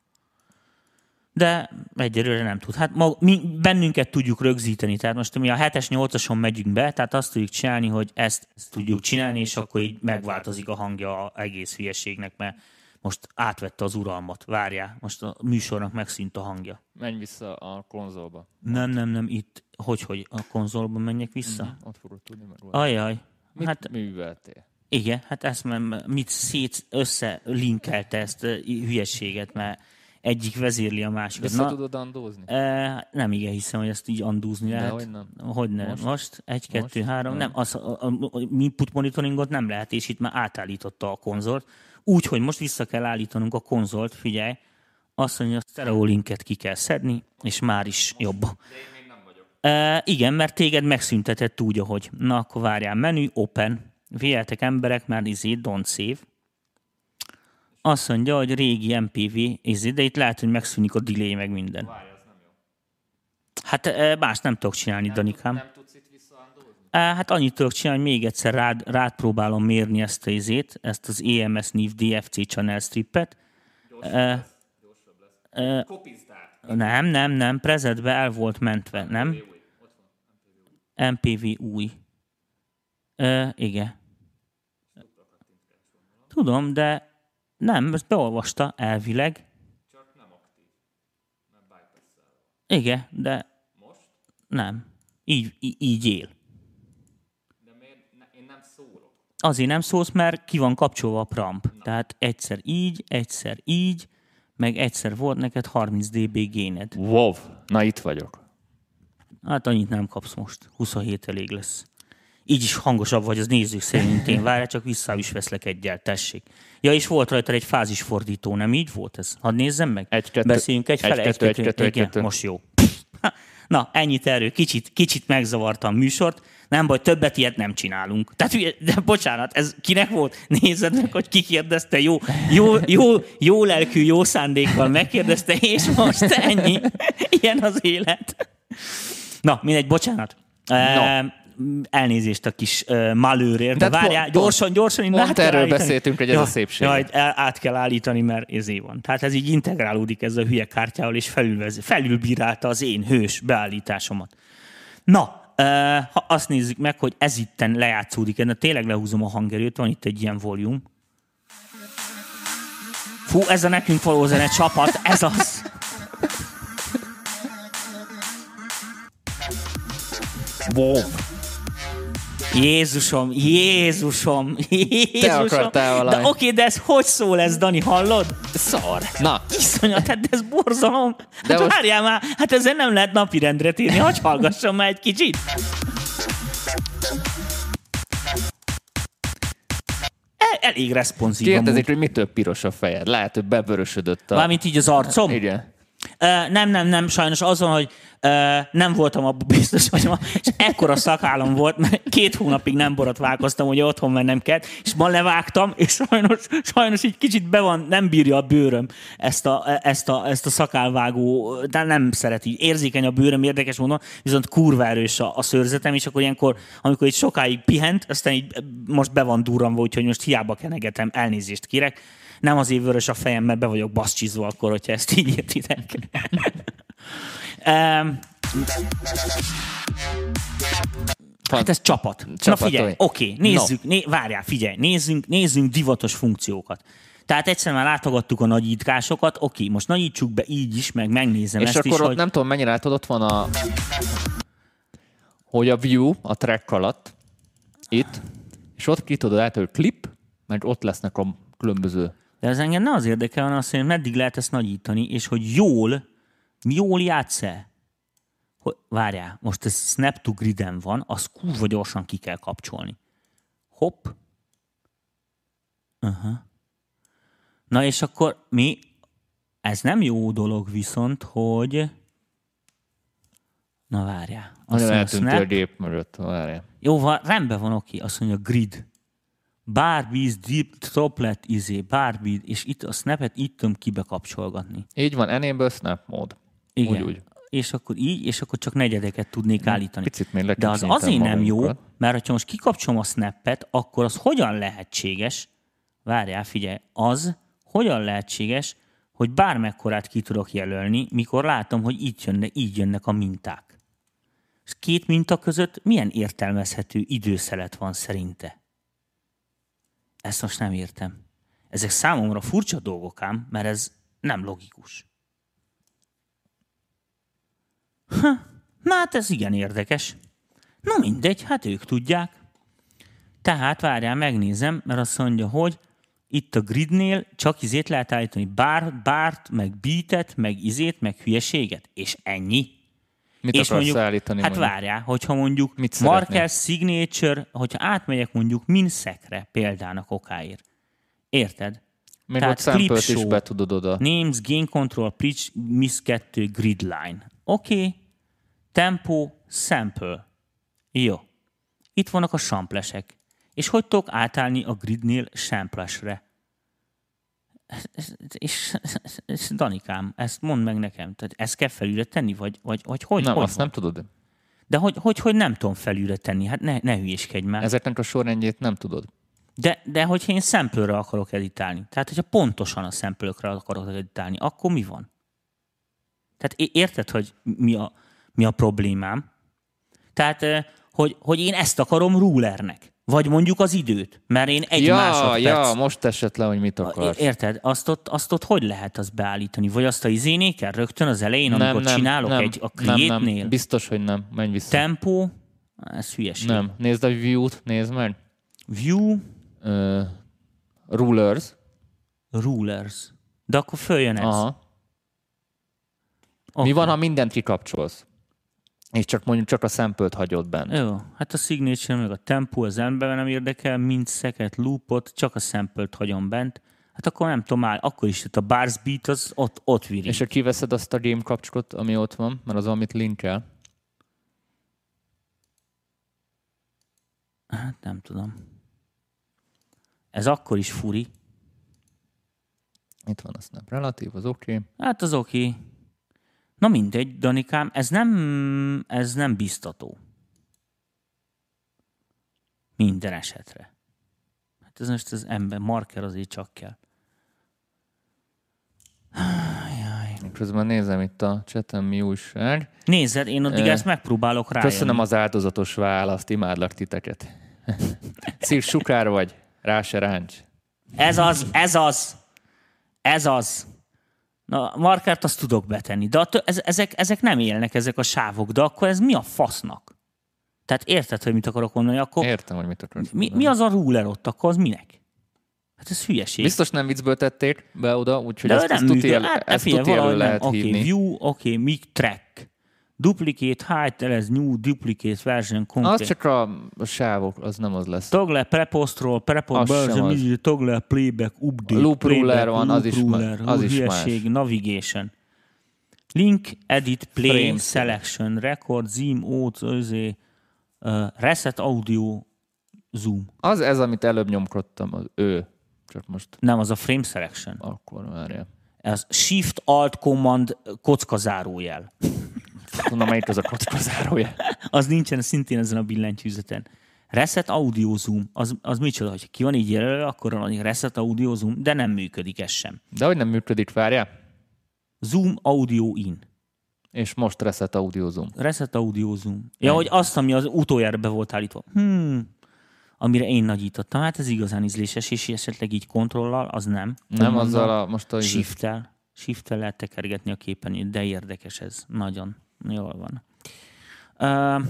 De egyelőre nem tud. Hát ma, mi bennünket tudjuk rögzíteni, tehát most mi a hetes nyolcason megyünk be, tehát azt tudjuk csinálni, hogy ezt, ezt tudjuk csinálni, és akkor így megváltozik a hangja az egész hülyeségnek, mert most átvette az uralmat. Várjál, most a műsornak megszűnt a hangja. menj vissza a konzolba. Nem, nem, nem, itt, hogy, hogy a konzolban menjek vissza? Mm, ott fogod tudni meg. Ajaj. Mit Hát, műveltél? igen, hát ezt mert mit szét összelinkelte ezt a hülyeséget, mert egyik vezérli a másikat. Vissza tudod andózni? E, nem igen, hiszem, hogy ezt így andúzni lehet. hogy nem? Hogy nem? Most? Most? Egy, Most? kettő, három. Nem, az, a, a, a, a input monitoringot nem lehet, és itt már átállította a konzolt. Úgyhogy most vissza kell állítanunk a konzolt, figyelj. Azt mondja, a stereo linket ki kell szedni, és már is jobb. De én még nem vagyok. E, igen, mert téged megszüntetett úgy, ahogy. Na, akkor várjál, menü, open. Figyeljetek emberek, már izé, don't save. Azt mondja, hogy régi em pé vé, izé, de itt lehet, hogy megszűnik a delay, meg minden. Várj, az nem jó. Hát e, más nem tudok csinálni, nem, Danikám. Nem tudsz itt visszaandózni? E, hát annyit tudok csinálni, hogy még egyszer rád, rád próbálom mérni ezt a izét, ezt az é em es név dé ef cé channel strippet. Gyorsabb e, lesz. Gyorsabb lesz. E, Kopizd át. Nem, nem, nem, prezetbe el volt mentve, nem? em pé vé új. E, igen. Tudom, de nem, ezt beolvasta elvileg. Csak nem aktív. Nem bypass-szel. Igen, de Most? nem. Így, í- így él. De miért? Ne, én nem szólok. Azért nem szólsz, mert ki van kapcsolva a pramp. Na. Tehát egyszer így, egyszer így, meg egyszer volt neked harminc dé bé géned. Wow, na itt vagyok. Hát annyit nem kapsz most. huszonhét elég lesz. Így is hangosabb vagy, az nézzük szerint én. Várj, csak vissza is veszlek egyel, tessék. Ja, és volt rajta egy fázisfordító, nem így volt ez? Hadd nézzem meg. Egy, kettő, Beszéljünk egy fele, egy, kettő, egy, kettő, egy, kettő. Most jó. Na, ennyit erről. Kicsit, kicsit megzavartam a műsort. Nem baj, többet ilyet nem csinálunk. Tehát, de bocsánat, ez kinek volt? Nézed meg, hogy ki kérdezte, jó, jó, jó, jó lelkű, jó szándékkal megkérdezte, és most ennyi. Ilyen az élet. Na, mindegy, bocsánat. No. Elnézést a kis uh, malőrért, de várjál, pont, gyorsan, gyorsan. Pont át erről állítani. beszéltünk, hogy ez ja, a szépség. Jaj, át kell állítani, mert ezé van. Tehát ez így integrálódik ez a hülye kártyával, és felülvez, felülbírálta az én hős beállításomat. Na, uh, ha azt nézzük meg, hogy ez itten lejátszódik, de tényleg lehúzom a hangerőt, van itt egy ilyen volume. Fú, ez a nekünk való zene csapat, ez az. Wow. Jézusom, Jézusom, Jézusom. Te akartál valami. De oké, de ez hogy szól ez, Dani, hallod? Szar. Na. Iszonyat, hát ez borzalom. Hát de várjál most... már, hát ezzel nem lehet napirendre térni, hagyj hallgassam már egy kicsit. El, elég responsív. Kérdezik, hogy mitől piros a fejed. Lehet, hogy bevörösödött a... Mármint így az arcom? Igen. Uh, nem, nem, nem, sajnos azon, hogy uh, nem voltam abban biztos, hogy ma, és ekkora szakállam volt, mert két hónapig nem borotválkoztam, hogy otthon mennem kell, és ma levágtam, és sajnos, sajnos így kicsit be van, nem bírja a bőröm ezt a, ezt a, ezt a szakálvágó, de nem szereti. Érzékeny a bőröm, érdekes mondom, viszont kurva erős a, a szőrzetem, és akkor ilyenkor, amikor itt sokáig pihent, aztán így most be van durranva, úgyhogy most hiába kenegetem, elnézést kérek. Nem azért vörös a fejem, mert be vagyok baszcsizva akkor, hogyha ezt így értitek. um, hát ez csapat. csapat Na figyelj, oké, okay, nézzük, no. né, várjál, figyelj, nézzünk, nézzünk divatos funkciókat. Tehát egyszer már látogattuk a nagyítkásokat, oké, okay, most nagyítsuk be így is, meg megnézem és ezt akkor is, ott hogy... nem tudom, mennyire látod, ott van a... hogy a view a track alatt, itt, és ott ki tudod át, hogy klip, meg ott lesznek a különböző... De ez engem ne az érdekel, hanem azt, hogy meddig lehet ezt nagyítani, és hogy jól, jól játsz-e? Várjál, most ez Snap to Griden van, az kurva gyorsan ki kell kapcsolni. Hopp. Uh-huh. Na és akkor mi, ez nem jó dolog viszont, hogy... Na várjál. Nagyon eltűnt a gép mögött, várjál. Jó, van, rendben van, oké, azt mondja grid. Barbies deep toplet izé, Barbie, és itt a snapet itt tudom kibekapcsolgatni. Így van, enable snap mód. Igen. Úgy, úgy. És akkor így, és akkor csak negyedeket tudnék állítani. Picit még de az azért nem jó, mert ha most kikapcsolom a snappet, akkor az hogyan lehetséges, várjál, figyelj, az hogyan lehetséges, hogy bármekkorát ki tudok jelölni, mikor látom, hogy így, jönne, így jönnek a minták. És két minta között milyen értelmezhető időszelet van szerinte? Ezt most nem értem. Ezek számomra furcsa dolgok ám, mert ez nem logikus. Ha, na hát ez igen érdekes. Na mindegy, hát ők tudják. Tehát várjál, megnézem, mert azt mondja, hogy itt a gridnél csak izét lehet állítani, bár, bárt, meg beatet, meg izét, meg hülyeséget, és ennyi. Mit és akarsz mondjuk, állítani? Hát mondjuk? várjál, hogyha mondjuk Mit marker, signature, hogyha átmegyek mondjuk min-szekre példának okáért. Érted? Még Tehát ott sample-t clip is show, be tudod oda. Names, gain control, pitch, miss kettő, grid line. Oké. Okay. Tempo, sample. Jó. Itt vannak a samplesek. És hogy tudok átállni a gridnél samplesre? És, és Danikám, ezt mondd meg nekem. Tehát ezt kell felülre tenni? Vagy, vagy, vagy hogy? Nem, hogy azt van? nem tudod. De hogy, hogy, hogy nem tudom felülre tenni? Hát ne, ne hülyéskedj már. Ezeknek a sorrendjét nem tudod. De, de hogyha én sample-re akarok editálni, tehát hogyha pontosan a sample-ökre akarok editálni, akkor mi van? Tehát érted, hogy mi a, mi a problémám? Tehát, hogy, hogy én ezt akarom rulernek. Vagy mondjuk az időt, mert én egy ja, másodperc... Ja, most esett le, hogy mit akarsz. Érted? Azt ott, azt ott hogy lehet azt beállítani? Vagy azt a izénél kell rögtön az elején, amikor nem, nem, csinálok nem, egy a nem, create-nél? nem. Biztos, hogy nem. Menj vissza. Tempo? Ez hülyeség. Nem. Nézd a view-t, nézd meg. View? Uh, rulers. Rulers. De akkor följön ez. Aha. Okay. Mi van, ha mindent kikapcsolsz? És csak mondjuk csak a sample-t hagyod bent. Jó, hát a signature meg a tempo az emberben nem érdekel, mint szeket, loopot, csak a sample-t hagyom bent. Hát akkor nem tudom már, akkor is a bars beat az ott, ott virik. És ha kiveszed azt a game kapcsolót, ami ott van, mert az, amit linkel. Hát nem tudom. Ez akkor is furi. Itt van a snap relatív, az oké. Okay. Hát az oké. Okay. Na mindegy, Danikám, ez nem, ez nem biztató. Minden esetre. Hát ez most az ember, marker azért csak kell. Jaj. Közben nézem itt a chaten, mi újság. Nézed, én addig e, ezt megpróbálok rájönni. Köszönöm az áldozatos választ, imádlak titeket. Szív sukár vagy, rá se ráncs. Ez az, ez az, ez az. Na, markert azt tudok betenni, de ez, ezek, ezek nem élnek, ezek a sávok, de akkor ez mi a fasznak? Tehát érted, hogy mit akarok mondani? Akkor értem, hogy mit akarok mi, mi az a ruler ott, akkor az minek? Hát ez hülyeség. Biztos nem viccből tették be oda, úgyhogy de ezt, ezt tuti, el, hát, ezt tuti elő lehet okay, hívni. View, oké, okay, mic track. Duplicate, hide, ez new, duplicate version, complete. Az csak a, a sávok, az nem az lesz. Toggle, prepost roll, prepost version, toggle, playback, update, loop playback, ruler van, loop az is, ruler, az is hülyeség, más. Navigation. Link, edit, play, Frame selection, record, zoom, out, özé, uh, reset, audio, zoom. Az ez, amit előbb nyomkodtam, az ő. Csak most... Nem, az a frame selection. Akkor várjál. Ez Shift, Alt, Command, kockazárójel. Tudom, melyik az a kockazárója. Az nincsen szintén ezen a billentyűzeten. Reset Audio Zoom, az, az micsoda, hogy ki van így jelölve, akkor van Reset Audio Zoom, de nem működik ez sem. De hogy nem működik, várjál? Zoom Audio In. És most Reset Audio Zoom. Reset Audio Zoom. Ja, hogy azt, ami az utoljára be volt állítva. Hmm. Amire én nagyítottam. Hát ez igazán ízléses, és esetleg így kontrollal, az nem. Nem mondom, azzal a most a... Shift-tel. Shift-tel lehet tekergetni a képen, de érdekes ez. Nagyon. Jól van. Uh,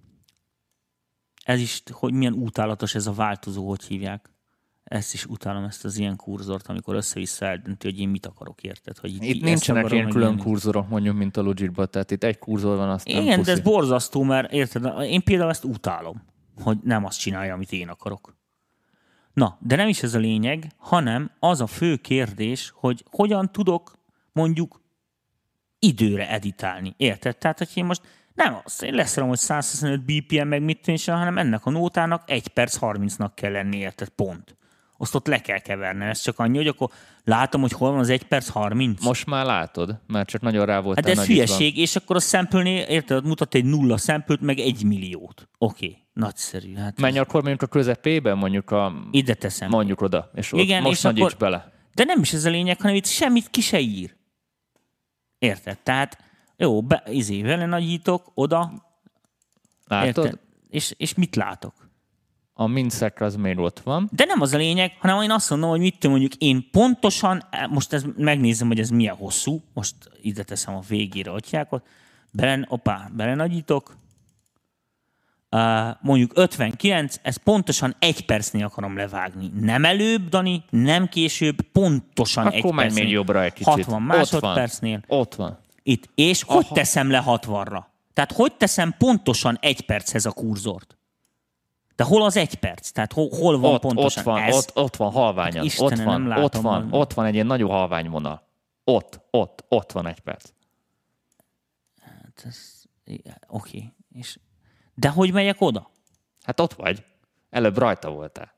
ez is, hogy milyen utálatos ez a változó, hogy hívják. Ezt is utálom, ezt az ilyen kurzort, amikor össze-vissza eldönti, hogy én mit akarok, érted? Hogy itt itt nincsenek akarom, ilyen külön ilyen kurzorok, mondjuk, mint a Logicban, tehát itt egy kurzor van, aztán igen, puszi. de ez borzasztó, mert érted, én például ezt utálom, hogy nem azt csinálja, amit én akarok. Na, de nem is ez a lényeg, hanem az a fő kérdés, hogy hogyan tudok mondjuk időre editálni. Érted? Tehát, hogy én most nem azt, én lesz rám, hogy száz huszonöt bé pé em meg mit tűnsen, hanem ennek a nótának egy perc harmincnak kell lenni, érted? Pont. Azt ott le kell kevernem. Ez csak annyi, hogy akkor látom, hogy hol van az egy perc harminc. Most már látod, mert csak nagyon rá voltál hát ez nagyítva. hülyeség, és akkor a sample-nél, érted, mutat egy nulla sample-t, meg egy milliót. Oké, okay. Nagyszerű. Hát menj akkor mondjuk a közepében, mondjuk a... ide teszem. Mondjuk oda, és igen, ott most és nagyíts akkor... bele. De nem is ez a lényeg, hanem itt semmit ki se ír. Érted? Tehát jó, be, izé, vele nagyítok, oda. Látod? Érted? És, és mit látok? A minszek az még ott van. De nem az a lényeg, hanem én azt mondom, hogy mit tudom, mondjuk én pontosan, most ez, megnézem, hogy ez milyen hosszú, most ide teszem a végére atyákot, belen, opá, belenagyítok, Uh, mondjuk ötvenkilenc, ez pontosan egy percnél akarom levágni. Nem előbb, Dani, nem később, pontosan akkor egy percnél. Akkor menj még jobbra egy kicsit. hatvan másodpercnél. Ott van. Itt. És hogy Aha. teszem le hatvanra? Tehát hogy teszem pontosan egy perchez a kurzort? De hol az egy perc? Tehát hol, hol van ott, pontosan ott van, ez? Ott, ott van halványan. Istenem, ott van, nem látom, ott van, hogy... ott van egy ilyen nagyon halvány vonal. Ott, ott, ott van egy perc. Hát ez... Oké. Okay. És... De hogy megyek oda? Hát ott vagy. Előbb rajta voltál.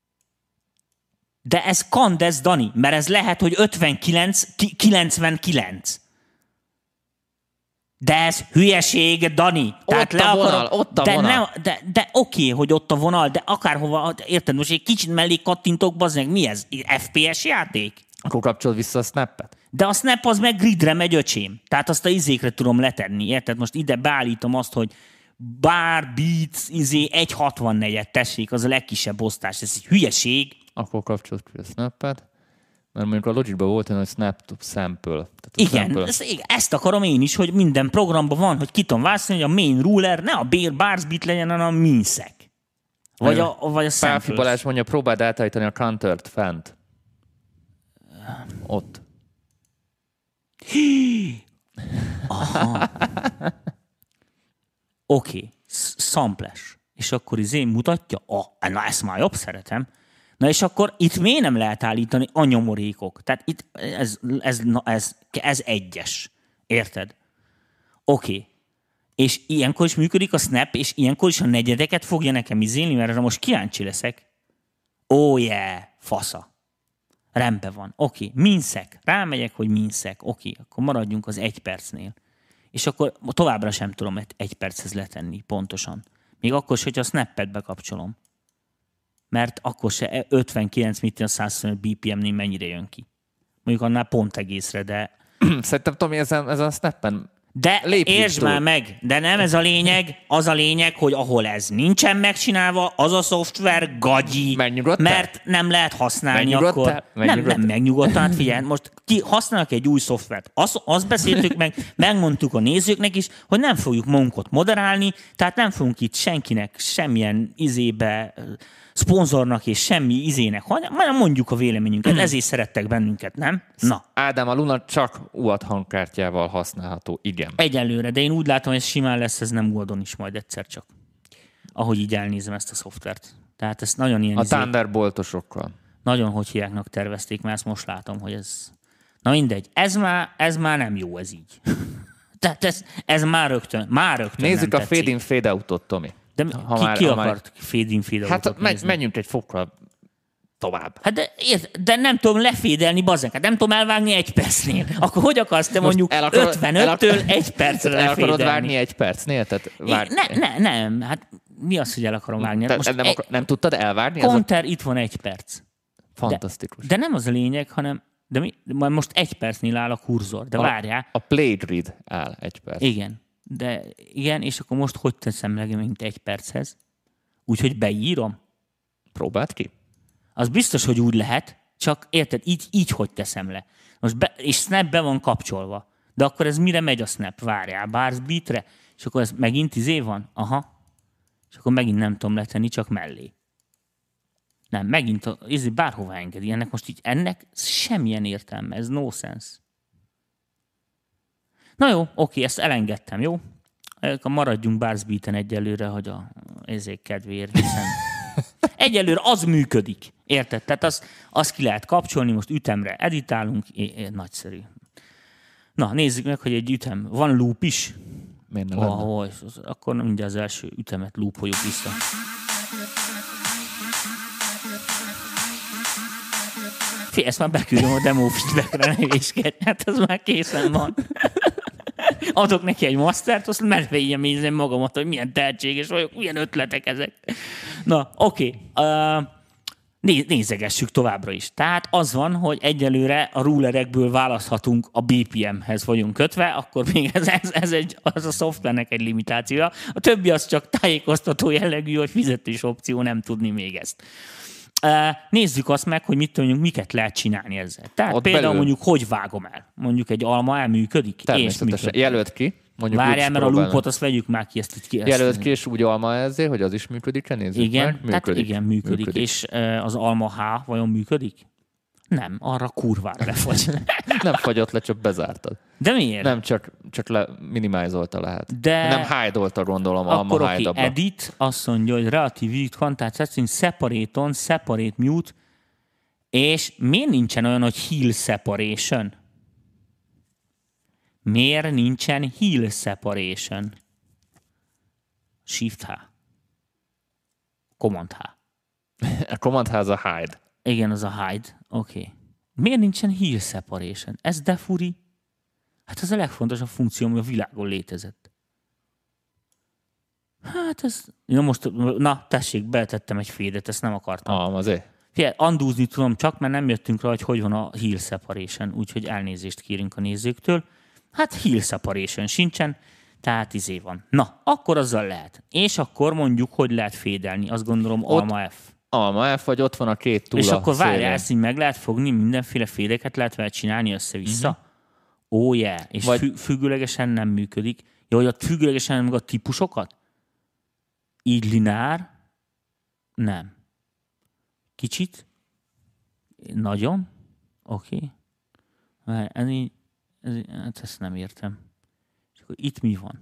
De ez kandesz, Dani, mert ez lehet, hogy ötvenkilenc kilencvenkilenc. De ez hülyeség, Dani. Tehát ott a vonal, akarom, ott a de vonal. Ne, de de oké, hogy ott a vonal, de akárhova, érted, most egy kicsit mellé kattintok, bazdmeg, mi ez? ef pé es játék? Akkor kapcsolod vissza a snappet. De a snap az meg gridre megy, öcsém. Tehát azt a izékre tudom letenni, érted? Most ide beállítom azt, hogy bar, beats, izé, egy hatvannégyet, tessék, az a legkisebb osztás. Ez egy hülyeség. Akkor kapcsolod ki a snappet. Mert mondjuk a Logicban volt olyan, hogy snap to sample. Tehát Igen, sample. ezt, ezt akarom én is, hogy minden programban van, hogy ki tudom választani, hogy a main ruler ne a bear bars bit legyen, hanem a minszek. Vagy a, vagy a Pálfi samples. Balázs mondja, próbáld átállítani a countert fent. Ott. Oké, okay. Samples. És akkor izé mutatja, ah, na ezt már jobb szeretem. Na és akkor itt miért nem lehet állítani a nyomorékok? Tehát itt ez, ez, na, ez, ez egyes. Érted? Oké. Okay. És ilyenkor is működik a snap, és ilyenkor is a negyedeket fogja nekem izélni, mert erre most kíváncsi leszek. Oh yeah, fasza. Rendben van. Oké, okay. Minszek. Rámegyek, hogy minszek. Oké, okay. Akkor maradjunk az egy percnél. És akkor továbbra sem tudom egy perchez letenni pontosan. Még akkor is, hogyha a snappet bekapcsolom. Mert akkor se ötvenkilenc, mit a százhuszonöt bé pé em-nél mennyire jön ki. Mondjuk annál pont egészre, de... Szerintem, Tomi, ezen, ezen a snappen de értsd már meg, de nem ez a lényeg, az a lényeg, hogy ahol ez nincsen megcsinálva, az a szoftver gagyi, mert nem lehet használni akkor. Nem, nem megnyugodtan, hát figyelj, most ki használnak egy új szoftvert. Azt, azt beszéltük meg, megmondtuk a nézőknek is, hogy nem fogjuk magunkat moderálni, tehát nem fogunk itt senkinek semmilyen izébe, szponzornak és semmi izének, hanem mondjuk a véleményünket, ezért szerettek bennünket, nem? Na. Ádám, a Luna csak u á té hangkártyával használható, igen. Egyelőre, de én úgy látom, hogy ez simán lesz, ez nem Goldon is majd egyszer csak. Ahogy így elnézem ezt a szoftvert. Tehát ez nagyon ilyen... A izé, Thunderboltosokkal. Nagyon hogy hiáknak tervezték, mert ezt most látom, hogy ez... Na mindegy, ez már, ez már nem jó, ez így. Tehát ez, ez már rögtön, már rögtön Nézzük nem a fade in fade out-ot, Tomi. De ha ki, már, ki akart fade in fade out-ot Hát nézni? menjünk egy fokkal tovább. Hát de, de nem tudom lefédelni, bazzeg, hát nem tudom elvágni egy percnél. Akkor hogy akarsz te mondjuk el akarod, ötvenöttől el akar, egy percre el lefédelni? akarod vágni egy percnél? Tehát vár... ne, ne, nem, hát mi az, hogy el akarom vágni? Te, Most nem, egy, akar, nem tudtad elvárni? Counter, a... itt van egy perc. Fantasztikus. De, de nem az a lényeg, hanem de mi, most egy percnél áll a kurzor, de a, várjál. A play read áll egy perc. Igen, de igen, és akkor most hogy teszem le, mint egy perchez? Úgyhogy beírom? Próbáld ki. Az biztos, hogy úgy lehet, csak érted, így, így hogy teszem le. Most be, és snap be van kapcsolva. De akkor ez mire megy a snap? Várjál, bars beatre, és akkor ez megint izé van? Aha. És akkor megint nem tudom letenni, csak mellé. Nem, megint a, izé bárhova engedi. Ennek most így, ennek semmilyen értelme, ez no sense. Na jó, oké, ezt elengedtem, jó? Maradjunk bars beaten egyelőre, hogy a ezek kedvéért, hiszen egyelőre az működik, érted? Tehát azt, azt ki lehet kapcsolni, most ütemre editálunk, é, é, nagyszerű. Na, nézzük meg, hogy egy ütem, van loop is? Miért ne lenne? Oh, oh, akkor mindjárt az első ütemet loopoljuk vissza. Fé, ezt már beküldöm a demo feedbackre, ne véskedj, hát az már készen van. Adok neki egy mastert, azt medvényem nézem magamat, hogy milyen tehetséges vagyok, milyen ötletek ezek. Na, oké. Okay. Uh, nézegessük továbbra is. Tehát az van, hogy egyelőre a rulerekből választhatunk, a bé pé em-hez vagyunk kötve, akkor még ez, ez, ez egy, az a szoftvernek egy limitációja. A többi az csak tájékoztató jellegű, hogy fizetés opció, nem tudni még ezt. Uh, nézzük azt meg, hogy mit tudjunk, miket lehet csinálni ezzel. Tehát ott például belül. mondjuk, hogy vágom el. Mondjuk egy alma elműködik? Természetesen. Jelölt ki. Mondjuk Várjál, mert a loopot azt vegyük már ki, ezt így ki. Jelölt ki, és úgy alma ezért, hogy az is működik, nézzük igen, meg. Működik. Tehát igen, működik. működik. És az alma H vajon működik? Nem, arra kurvára lefagy. Nem fagyott le, csak bezártad. De miért? Nem, csak, csak le minimalizolta lehet. De... Nem hide-olta, gondolom, alma Akkor hide-abba. oké, edit azt mondja, hogy relatív view content setting, separate on, separate mute, és miért nincsen olyan, hogy heal separation? Miért nincsen heal separation? Shift H. Command H. A Command H az a hide. Igen, az a hide. Oké. Okay. Miért nincsen heal separation? Ez de furi. Hát ez a legfontosabb funkció, ami a világon létezett. Hát ez... Na most, na tessék, beletettem egy fédet, ezt nem akartam. Ah, azért. Figyelj, andúzni tudom csak, mert nem jöttünk rá, hogy hogy van a heal separation, úgyhogy elnézést kérünk a nézőktől. Hát heal separation sincsen, tehát izé van. Na, akkor azzal lehet. És akkor mondjuk, hogy lehet fédelni. Azt gondolom Ott... alma F. Alma F, vagy ott van a két túl. És akkor várjál, ezt így meg lehet fogni, mindenféle fédeket lehet vele csinálni össze-vissza. Uh-huh. Ó, oh, yeah. És vagy... fü- függőlegesen nem működik. Jó, hogy a függőlegesen meg a típusokat? Így lineár? Nem. Kicsit? Nagyon? Oké. Okay. Ennyi, ez, hát ezt nem értem. És akkor itt mi van?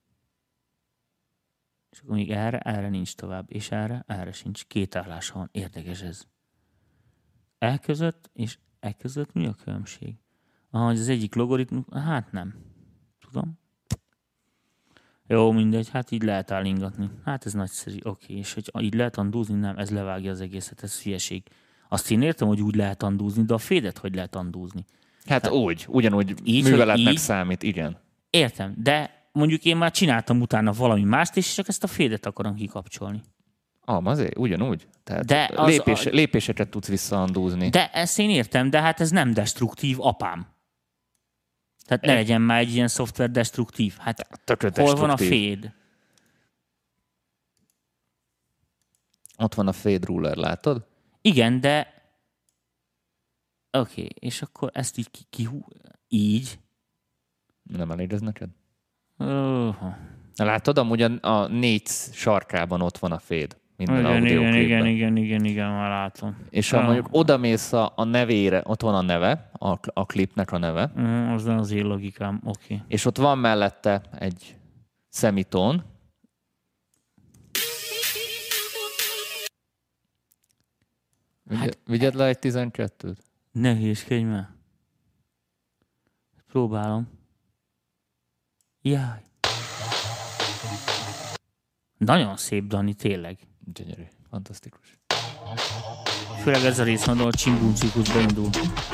És akkor még erre, erre nincs tovább. És erre, erre sincs. Két állása van. Érdekes ez. E között és e között mi a különbség? Ah, az egyik logaritmus, hát nem. Tudom. Jó, mindegy, hát így lehet állingatni. Hát ez nagyszerű, oké. És hogy így lehet andúzni? Nem, ez levágja az egészet, ez hülyeség. Azt én értem, hogy úgy lehet andúzni, de a fédet hogy lehet andúzni? Hát Tehát, úgy, ugyanúgy így, műveletnek így, számít, igen. Értem, de mondjuk én már csináltam utána valami mást, és csak ezt a fédet akarom kikapcsolni. Ah, azért, ugyanúgy. Tehát de az lépés, a... lépéseket tudsz visszaandúzni. De ezt én értem, de hát ez nem destruktív, apám. Tehát ne legyen már egy ilyen szoftver destruktív. Hát Tökre hol destruktív. van a féd? Ott van a fade ruler, látod? Igen, de... Oké, okay. És akkor ezt így ki... ki... Így? Nem elég ez neked? Uh-huh. Látod, amúgy a, a négy sarkában ott van a fade. Minden igen, audióklipben. igen, igen, igen, igen, igen, már látom. És ha uh. mondjuk odamész a, a nevére, ott van a neve, a, a klipnek a neve. Uh, az nem az én logikám, oké. Okay. És ott van mellette egy szemitón. Hát, vigyed le egy tizenkettőt? Ne hülyeskedj már. Próbálom. Jaj. Nagyon szép, Dani, tényleg. Gyönyörű, fantasztikus. Főleg ez a rész, ahol a csimbúncikus beindul.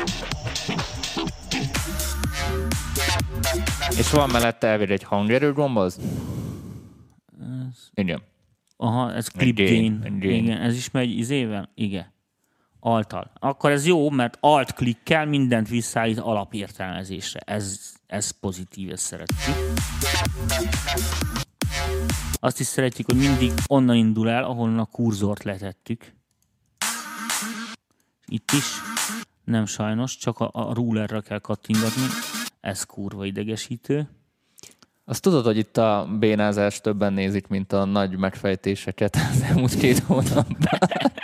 És van mellette elvér egy hangerő gomb, az? Ez... Igen. Aha, ez clip gain. gain. Igen, ez is megy izével? Igen. Alttal. Akkor ez jó, mert alt klikkel mindent visszaállít alapértelmezésre. Ez, ez pozitív, ezt szeretjük. Azt is szeretjük, hogy mindig onnan indul el, ahol a kurzort letettük. Itt is. Nem sajnos, csak a, a rulerre kell kattingatni. Ez kurva idegesítő. Azt tudod, hogy itt a bénázás többen nézik, mint a nagy megfejtéseket az elmúlt két hónapban.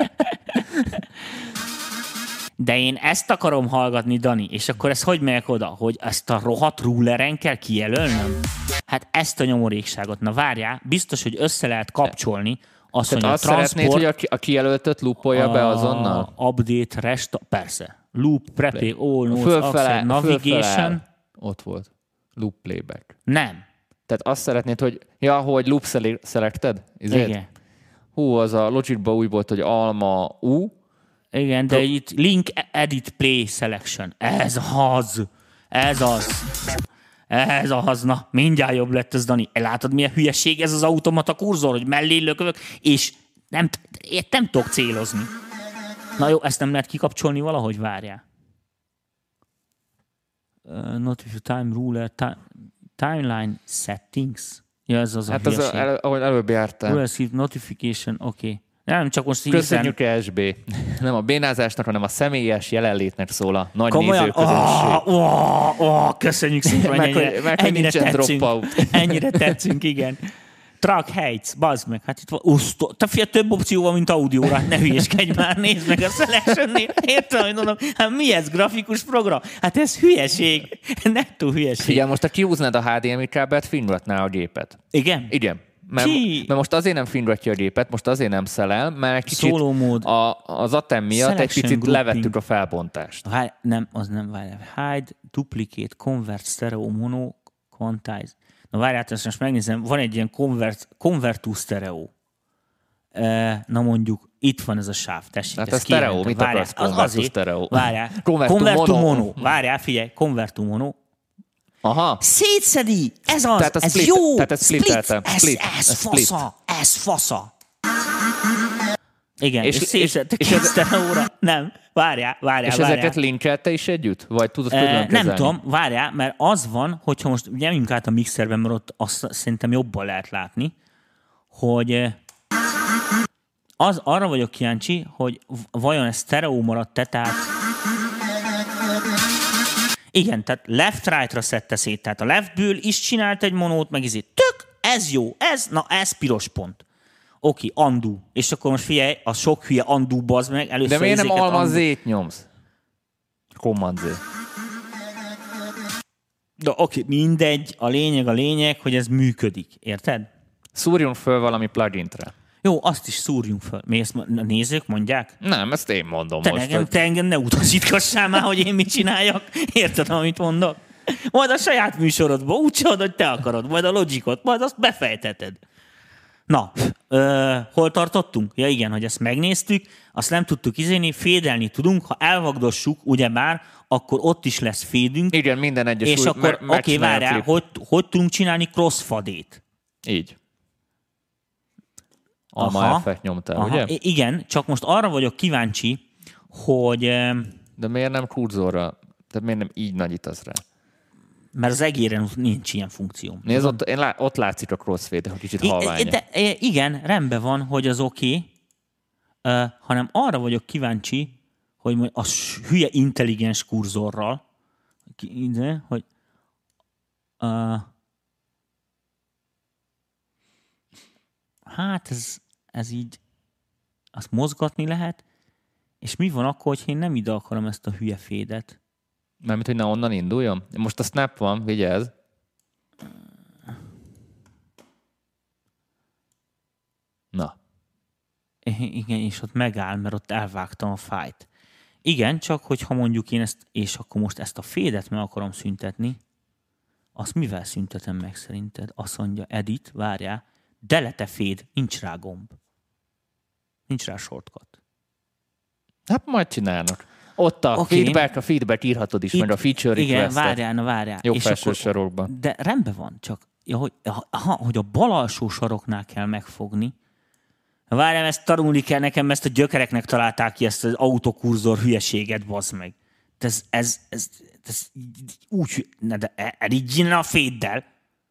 De én ezt akarom hallgatni, Dani, és akkor ez hogy megyek oda, hogy ezt a rohadt ruleren kell kijelölnöm? Hát ezt a nyomorékságot, na várjál, biztos, hogy össze lehet kapcsolni. Azt mondja, azt transport, szeretnéd, hogy a, a kijelöltöt loopolja be azonnal? Update, rest, persze. Loop, prepay, all notes, access, navigation. Fölfele, ott volt. Loop playback. Nem. Tehát azt szeretnéd, hogy ja, hogy loop selected? Igen. Hú, az a Logicban úgy volt, hogy alma U. Igen, de Pro... itt link edit play selection. Ez az. Ez az. Ez az. Na, mindjárt jobb lett ez, Dani. Látod, milyen hülyeség ez az automata kurzor, hogy mellé lökövök, és nem, nem tudok célozni. Na jó, ezt nem lehet kikapcsolni valahogy, várjál. Uh, notify time ruler, time, timeline settings. Ja, ez az a hát hülyeség. Hát az, ahogy előbb jártál. Ruler notification, oké. Okay. Nem, csak most köszönjük, es bé. nem a bénázásnak, hanem a személyes jelenlétnek szól a nagy Komolyan? nézőközönség. Oh, oh, oh, köszönjük szépen, Meg, ennyire, hogy- meg, hogy ennyire nincsen tetszünk. dropout. Ennyire tetszünk, igen. Truck Heights, bazd meg. Hát itt van, usztó. Te fia, több opció van, mint audióra. Ne hülyéskedj már, nézd meg a Selection-nél. Értem, hogy mondom, hát mi ez, grafikus program? Hát ez hülyeség. Nettó hülyeség. Figyelj, most ha kiúznád a há dé em i kábelt, fingatná a gépet. Igen? Igen. Mert, Ki? mert most azért nem fingatja a gépet, most azért nem szelel, mert egy kicsit Solo mód. a, az atem miatt egy Selection picit grouping. levettük a felbontást. Várj, nem, az nem, várj. Hide, duplicate, convert, stereo, mono, quantize. Na várjál, ezt most megnézem, van egy ilyen convert, convert to stereo. E, na mondjuk, itt van ez a sáv, tessék. Hát ezt ez stereo, kijelentem. mit Várjál, akarsz az convert to azért, stereo? Várjál, Convert to convert to mono. mono. Várjál, figyelj, convert to mono. Aha. Szétszedi! Ez az! Tehát a ez split- jó! tehát ez splitteltem. Ez, Split. ez Ez split. fasza! Ez fasza! Igen, és, És- és szétszedte és- két és ez- sztereóra. Nem, várjál, várjál, És várjál. ezeket linkselte is együtt? Vagy tudod Eh, külön Nem kezelni? tudom, várjál, mert az van, hogyha most nyomjunk át a mixerben, mert ott azt szerintem jobban lehet látni, hogy eh, az, arra vagyok kíváncsi, hogy v- vajon ez stereo maradt-e, tehát igen, tehát left-right-ra szedte szét, tehát a leftből is csinált egy monót, meg izé, tök, ez jó, ez, na ez piros pont. Oké, undo. És akkor most figyelj, a sok hülye undo bazd meg, először De miért nem izéket alma undo- Z-t nyomsz? Command Z. De oké, mindegy, a lényeg a lényeg, hogy ez működik, érted? Szúrjunk föl valami plugintre. Jó, azt is szúrjunk fel. Mi ezt a nézők mondják? Nem, ezt én mondom Te, most. engem, hogy- te engem ne utasítgassál már, hogy én mit csináljak. Érted, amit mondok? Majd a saját műsorodban úgy csinálod, hogy te akarod, majd a logikot, majd azt befejteted. Na, ö, hol tartottunk? Ja igen, hogy ezt megnéztük, azt nem tudtuk izéni, fédelni tudunk, ha elvagdossuk, ugyebár, akkor ott is lesz fédünk, Igen, minden egyes és új- akkor, me- oké, okay, megcsinálja a várjál, flip. hogy, hogy tudunk csinálni crossfadét? Így. Alma Aha. F-et nyomtál, Aha, ugye? i- igen, csak most arra vagyok kíváncsi, hogy, em, De miért nem kurzorra? Tehát miért nem így nagyítasz rá? mert az egéren nincs ilyen funkció. Nézd, ott, én lá, ott látszik a crossfade, hogy kicsit I- halvány. de, e, igen, rendben van, hogy az oké, okay, uh, hanem arra vagyok kíváncsi, hogy majd a s- hülye intelligens kurzorral, ki- ide, hogy uh, hát ez, ez így azt mozgatni lehet, és mi van akkor, hogy én nem ide akarom ezt a hülye fédet? Mármint, hogy ne onnan induljon? Most a snap van, vigyázz. Na. I- Igen, és ott megáll, mert ott elvágtam a fájt. Igen, csak hogyha mondjuk én ezt, és akkor most ezt a fédet meg akarom szüntetni, azt mivel szüntetem meg szerinted? Azt mondja, edit, várjál, delete féd, nincs rá gomb. Nincs rá shortcut. Hát majd csinálnak. Ott a Oké. feedback, a feedback írhatod is, Itt- meg a feature igen, request-et. várjál, na várjál. Jobb És felső akkor- sarokban. De rendben van, csak ja, hogy, aha, hogy a bal alsó saroknál kell megfogni. Várjál, ezt tanulni kell nekem, ezt a gyökereknek találták ki, ezt az autokurzor hülyeséget, bazd meg. De ez, ez, ez, ez úgy, ne, de elígyjen a féddel.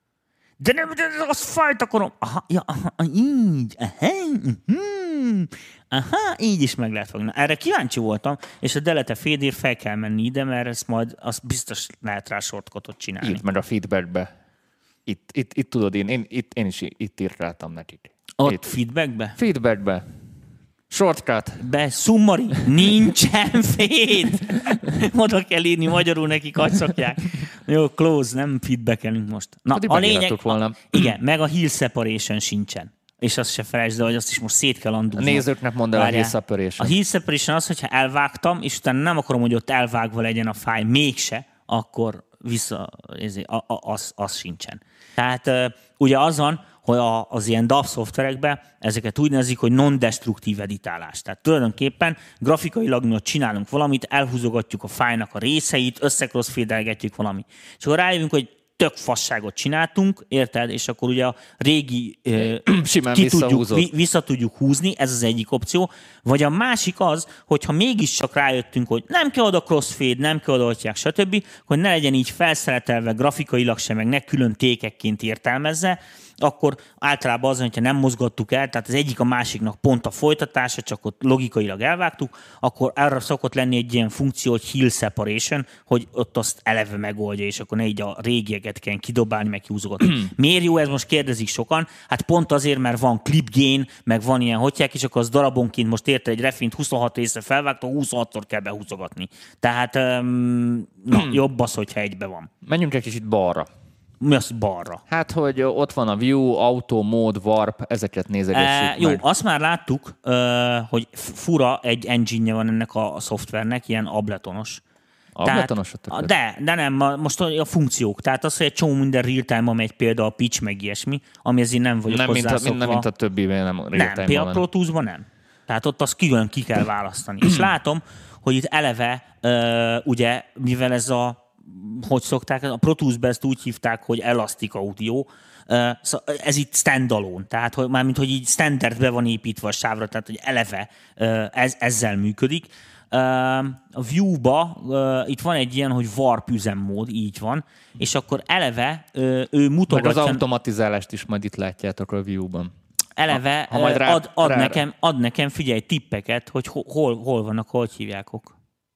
De nem, de az fájt akarom. Aha, ja, aha, így, aha, uh-huh, aha, így is meg lehet fogni. Na, erre kíváncsi voltam, és a delete fédért fel kell menni ide, mert ezt majd azt biztos lehet rá shortcutot csinálni. Írd meg a feedbackbe. Itt, itt, itt tudod, én, én, itt, én is itt írtáltam nekik. Ott Itt. feedbackbe? Feedbackbe. Shortcut. Be, summary, nincsen féd. Oda kell írni magyarul, nekik agyszakják. Jó, close, nem feedbackelünk most. Na, Pedig a lényeg, megírhattuk volna. a, igen, meg a heal separation sincsen. És azt se felejtsd el, hogy azt is most szét kell A andúzni. nézőknek mondd el a Várjál. heal separation. A heal separation az, hogyha elvágtam, és utána nem akarom, hogy ott elvágva legyen a fáj, mégse, akkor vissza, ezért, a, a, az, az sincsen. Tehát uh, ugye az van, hogy a, az ilyen dab szoftverekben ezeket úgy nevezik, hogy non-destruktív editálás. Tehát tulajdonképpen grafikailag mi ott csinálunk valamit, elhúzogatjuk a fájnak a részeit, összekrosszfédelgetjük valami. És akkor rájövünk, hogy tök fasságot csináltunk, érted? És akkor ugye a régi uh, Simán ki tudjuk, visszahúzod. vi, vissza tudjuk húzni, ez az egyik opció. Vagy a másik az, hogyha mégiscsak rájöttünk, hogy nem kell oda crossfade, nem kell oda atyák, stb., hogy ne legyen így felszeretelve grafikailag sem, meg ne külön tékekként értelmezze, akkor általában az, hogyha nem mozgattuk el, tehát az egyik a másiknak pont a folytatása, csak ott logikailag elvágtuk, akkor arra szokott lenni egy ilyen funkció, hogy hill separation, hogy ott azt eleve megoldja, és akkor ne így a régieket kell kidobálni, meg kiúzogatni. Miért jó ez, most kérdezik sokan? Hát pont azért, mert van clip gain, meg van ilyen hotyák, és akkor az darabonként most érte egy refint huszonhat részre felvágta, huszonhatszor kell behúzogatni. Tehát um, na, jobb az, hogyha egybe van. Menjünk egy kicsit balra. Mi az balra? Hát, hogy ott van a View, Auto, Mode, Warp, ezeket nézegessük e, Jó, meg. azt már láttuk, hogy fura egy engine van ennek a szoftvernek, ilyen abletonos. Abletonos? Tehát, de, de nem, most a funkciók. Tehát az, hogy egy csomó minden real-time-ban megy, például a pitch, meg ilyesmi, ami ezért nem vagyok nem hozzászokva. Mint a, nem, mint a többi, nem real-time-ban. Nem, például a Pro Tools-ban nem. Tehát ott azt külön ki kell választani. És látom, hogy itt eleve, ugye, mivel ez a hogy szokták, a Pro Tools-ben ezt úgy hívták, hogy Elastic Audio, ez itt standalone, tehát hogy, mármint, hogy így standard be van építve a sávra, tehát hogy eleve ez, ezzel működik. A View-ba itt van egy ilyen, hogy Warp üzemmód, így van, és akkor eleve ő mutogatja... Meg az automatizálást is majd itt látjátok a View-ban. Eleve ha, ha majd rá, ad, ad, rá, nekem, ad nekem, figyelj, tippeket, hogy hol, hol vannak, hogy hívjákok.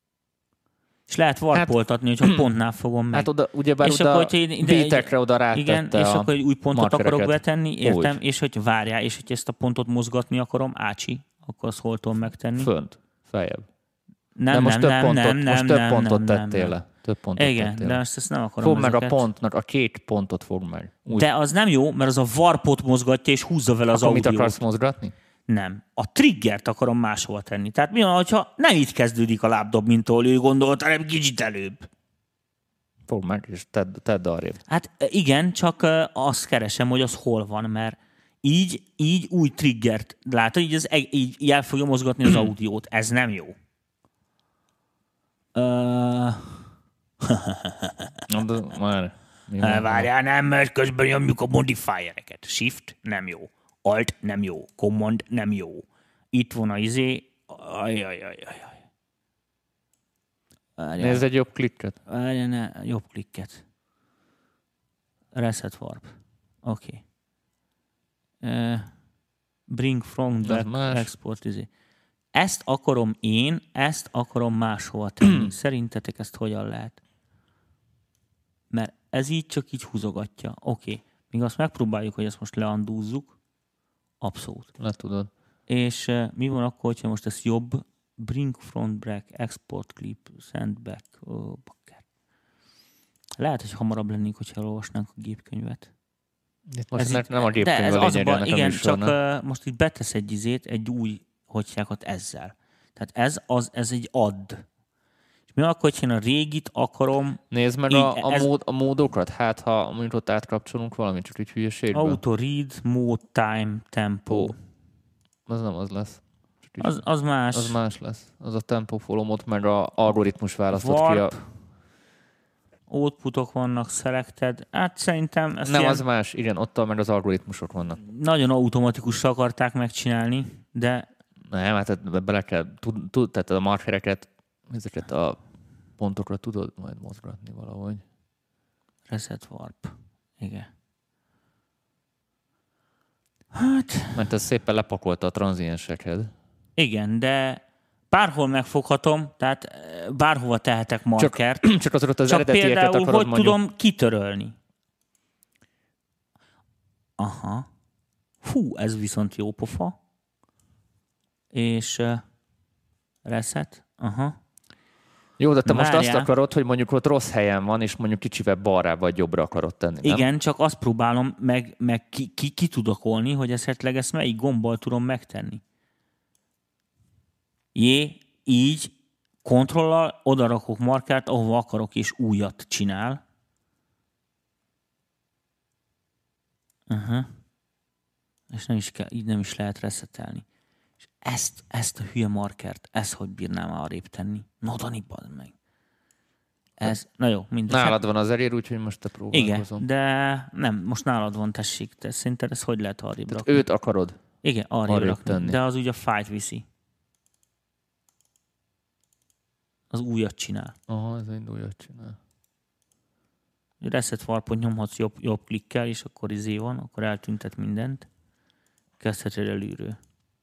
És lehet warpoltatni, hát, hogyha pontnál fogom meg. Hát oda, ugyebár és oda beatekre oda rátette. Igen, és akkor egy új pontot markereket. Akarok betenni, értem, úgy. És hogy várjál, és hogy ezt a pontot mozgatni akarom, ácsi, akkor azt hol tudom megtenni. Fönt, feljebb. Nem, de most nem, több nem, pontot, nem, most nem, több nem, pontot nem, tettél nem, le. Több pontot Igen, tettél de azt, ezt nem akarom. Fogd meg ezeket. a pontnak, a két pontot fogd meg. Úgy. De az nem jó, mert az a warpot mozgatja, és húzza vele az audiót. audiót. Mit akarsz mozgatni? Nem. A triggert akarom máshova tenni. Tehát mi van, ha nem itt kezdődik a lábdob, mint ahol ő gondolta, hanem kicsit előbb. Fogd meg, és tedd, tedd arrébb. Hát igen, csak azt keresem, hogy az hol van, mert így, így új triggert látod, így, az, így el fogja mozgatni az audiót. Ez nem jó. Uh... Már. Várjál, nem, mert közben nyomjuk a modifiereket. Shift nem jó. Alt nem jó. Command nem jó. Itt van a izé. Ajajajajaj. Nézd egy jobb klikket. Várjál, ne, jobb klikket. Reset warp. Oké. Okay. Uh, bring from back export izé. Ezt akarom én, ezt akarom máshova tenni. Szerintetek ezt hogyan lehet? Mert ez így csak így húzogatja. Oké. Okay. Míg azt megpróbáljuk, hogy ezt most leandúzzuk. Abszolút. Le tudod. És uh, mi van akkor, hogyha most ezt jobb bring front back, export clip, send back. Oh, lehet, hogy hamarabb lennénk, hogyha elolvasnánk a gépkönyvet. Itt most ez nem a gépkönyv a lényeg ennek igen, a műsornak. Csak uh, most itt betesz egy izét, egy új hogyjákat ezzel. Tehát ez, az, ez egy add. És mi akkor, hogyha én a régit akarom... Nézd meg így, a, a, ez, mód, a módokat, hát ha mondjuk ott átkapcsolunk valamit, csak így hülyeségből. Auto read, mode, time, tempo. Oh. Az nem az lesz. Az, az más. Az más lesz. Az a tempo follow-mot, meg a algoritmus választott Warp. ki a... Outputok vannak selected. Hát szerintem... Nem, ilyen... az más. Igen, ott meg az algoritmusok vannak. Nagyon automatikusra akarták megcsinálni, de... Nem, hát bele kell... Tud, tud, tehát a markereket, ezeket a pontokra tudod majd mozgatni valahogy. Reset warp. Igen. Hát... Mert ez szépen lepakolta a tranzienseket. Igen, de bárhol megfoghatom, tehát bárhova tehetek markert. Csak, csak azokat az csak eredeti értet akarod hogy mondjuk. tudom kitörölni. Aha. Hú, ez viszont jó pofa. És uh, reset. Aha. Jó, de te Várjál. most azt akarod, hogy mondjuk ott rossz helyen van, és mondjuk kicsivel balra vagy jobbra akarod tenni, nem? Igen, csak azt próbálom meg, meg ki, ki, ki tudakolni, hogy esetleg ezt melyik gombbal tudom megtenni. Jé, így kontrollal odarakok markert, ahova akarok, és újat csinál. Uh-huh. És nem is kell, így nem is lehet reszetelni. És ezt, ezt a hülye markert, ezt hogy bírnám arrébb tenni? No, Dani, bazd meg. Ez, na jó, mindegy. Nálad van az erér, úgyhogy most te próbálkozom. Igen, de nem, most nálad van, tessék. Te szerinted ez hogy lehet arrébb Tehát rakni? őt akarod? Igen, arrébb rakni. Tenni. De az ugye a fájt viszi. Az újat csinál. Aha, ez egy újat csinál. Reset warpot nyomhatsz jobb, jobb klikkel, és akkor izé van, akkor eltüntet mindent. Kezdheted előről.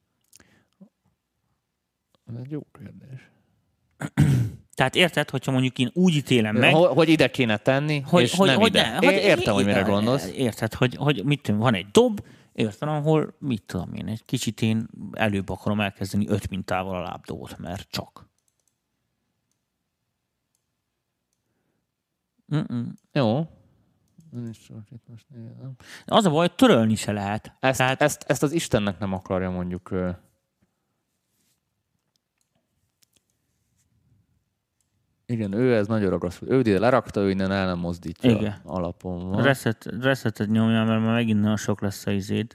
Ez egy jó kérdés. Tehát érted, hogyha mondjuk én úgy ítélem meg... Hogy, hogy ide kéne tenni, hogy, és hogy, nem hogy ide. Ne, Én hogy, értem, hogy mire gondolsz. Érted, hogy, hogy mit tudom, van egy dob, értem, ahol mit tudom én, egy kicsit én előbb akarom elkezdeni öt mintával a lábdobot, mert csak. Mm-mm. Jó. Az a baj, hogy törölni se lehet. Ezt, Tehát... ezt, ezt az Istennek nem akarja mondjuk... Igen, ő ez nagyon ragaszkodik. Ő ide lerakta, ő innen el nem mozdítja. Igen. Alapon van. Reset, resetet nyomja, mert már megint nagyon sok lesz a izéd.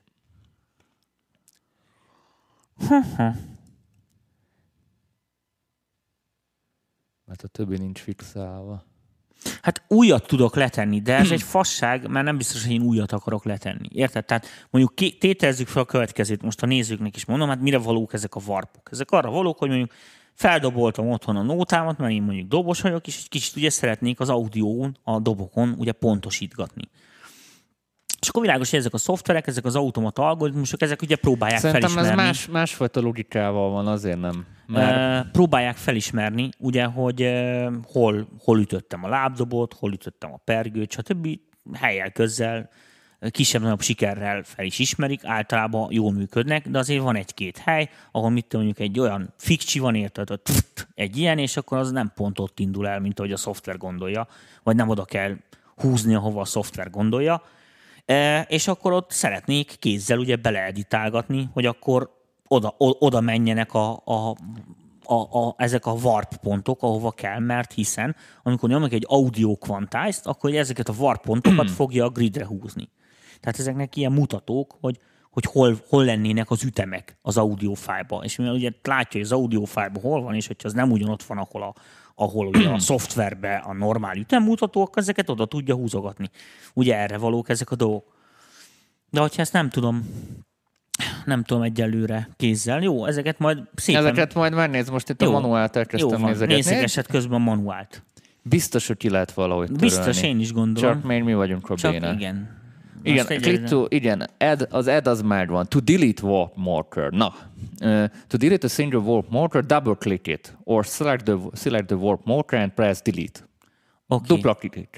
Mert a többi nincs fixálva. Hát újat tudok letenni, de ez egy fasság, mert nem biztos, hogy én újat akarok letenni. Érted? Tehát mondjuk tételezzük fel a következőt, most a nézőknek is mondom, hát mire valók ezek a warpok? Ezek arra valók, hogy mondjuk feldoboltam otthon a nótámat, mert én mondjuk dobos vagyok, és egy kicsit ugye szeretnék az audión, a dobokon ugye pontosítgatni. És akkor világos, hogy ezek a szoftverek, ezek az automata algoritmusok, ezek ugye próbálják Szerintem felismerni. Szerintem ez más, másfajta logikával van, azért nem. Mert... Uh, próbálják felismerni, ugye, hogy uh, hol, hol ütöttem a lábdobot, hol ütöttem a pergőt, stb. Helyel közzel, kisebb-nagyobb sikerrel fel is ismerik, általában jól működnek, de azért van egy-két hely, ahol mit mondjuk egy olyan fikcsi van, érted, hogy egy ilyen, és akkor az nem pont ott indul el, mint ahogy a szoftver gondolja, vagy nem oda kell húzni, ahova a szoftver gondolja, e, és akkor ott szeretnék kézzel ugye beleeditálgatni, hogy akkor oda, oda menjenek a, a A, a, ezek a warp pontok, ahova kell, mert hiszen amikor nyomok egy audio quantize-t, akkor ezeket a warp pontokat fogja a gridre húzni. Tehát ezeknek ilyen mutatók, hogy, hogy hol, hol lennének az ütemek az audio file-ba. És mivel ugye látja, hogy az audio file-ba hol van, és hogyha az nem ugyanott van, ahol a, ahol ugye a szoftverben a normál ütemmutatók, ezeket oda tudja húzogatni. Ugye erre valók ezek a dolgok. De hogyha ezt nem tudom... Nem tudom egyelőre kézzel. Jó, ezeket majd szépen... Ezeket majd megnéz, most itt jó, a manuált elkezdtem nézegetni. Nézegesed közben a manuált. Biztos, hogy ki lehet valahogy törölni. Biztos, én is gondolom. Csak még mi vagyunk a Csak béne. igen. Igen, click to, igen, add, az add az már van. To delete warp marker. Na, uh, to delete a single warp marker, double click it. Or select the, select the warp marker and press delete. Okay. Dupla click.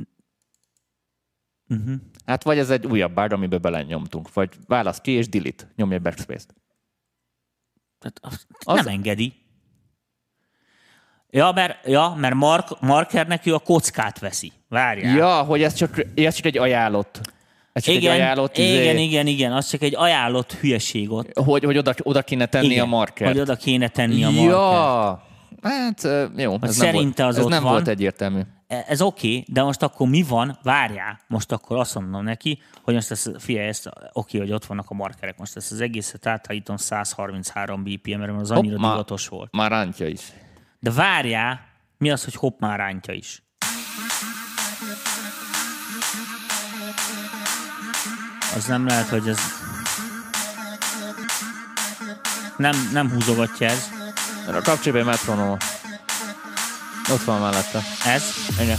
Uh-huh. Hát vagy ez egy újabb bárd, amiben belenyomtunk. Vagy válasz ki és delete. Nyomj egy backspace-t. Tehát azt az... nem engedi. Ja, mert, ja, mert Mark, Markernek ő a kockát veszi. Várjál. Ja, hogy ez csak, ez csak egy ajánlott. Ez csak igen, egy ajánlott igen, izé... igen, igen, az csak egy ajánlott hülyeség ott. Hogy, hogy oda, oda kéne tenni igen, a markert. hogy oda kéne tenni a markert. Ja, hát jó. Ez nem, volt, az ez ott nem van. volt egyértelmű. Ez oké, okay, de most akkor mi van? Várjál, most akkor azt mondom neki, hogy most ezt, figyelj, ezt, oké, okay, hogy ott vannak a markerek, most ezt az egészet átállítom száz harminchárom bé pé em-re, mert az annyira hopp, divatos volt. Már rántja is. De várjál, mi az, hogy hopp, már rántja is? Az nem lehet, hogy ez... Nem, nem húzogatja ez. Kapcsolj be metronóm. Ott van mellette. Ez? Igen.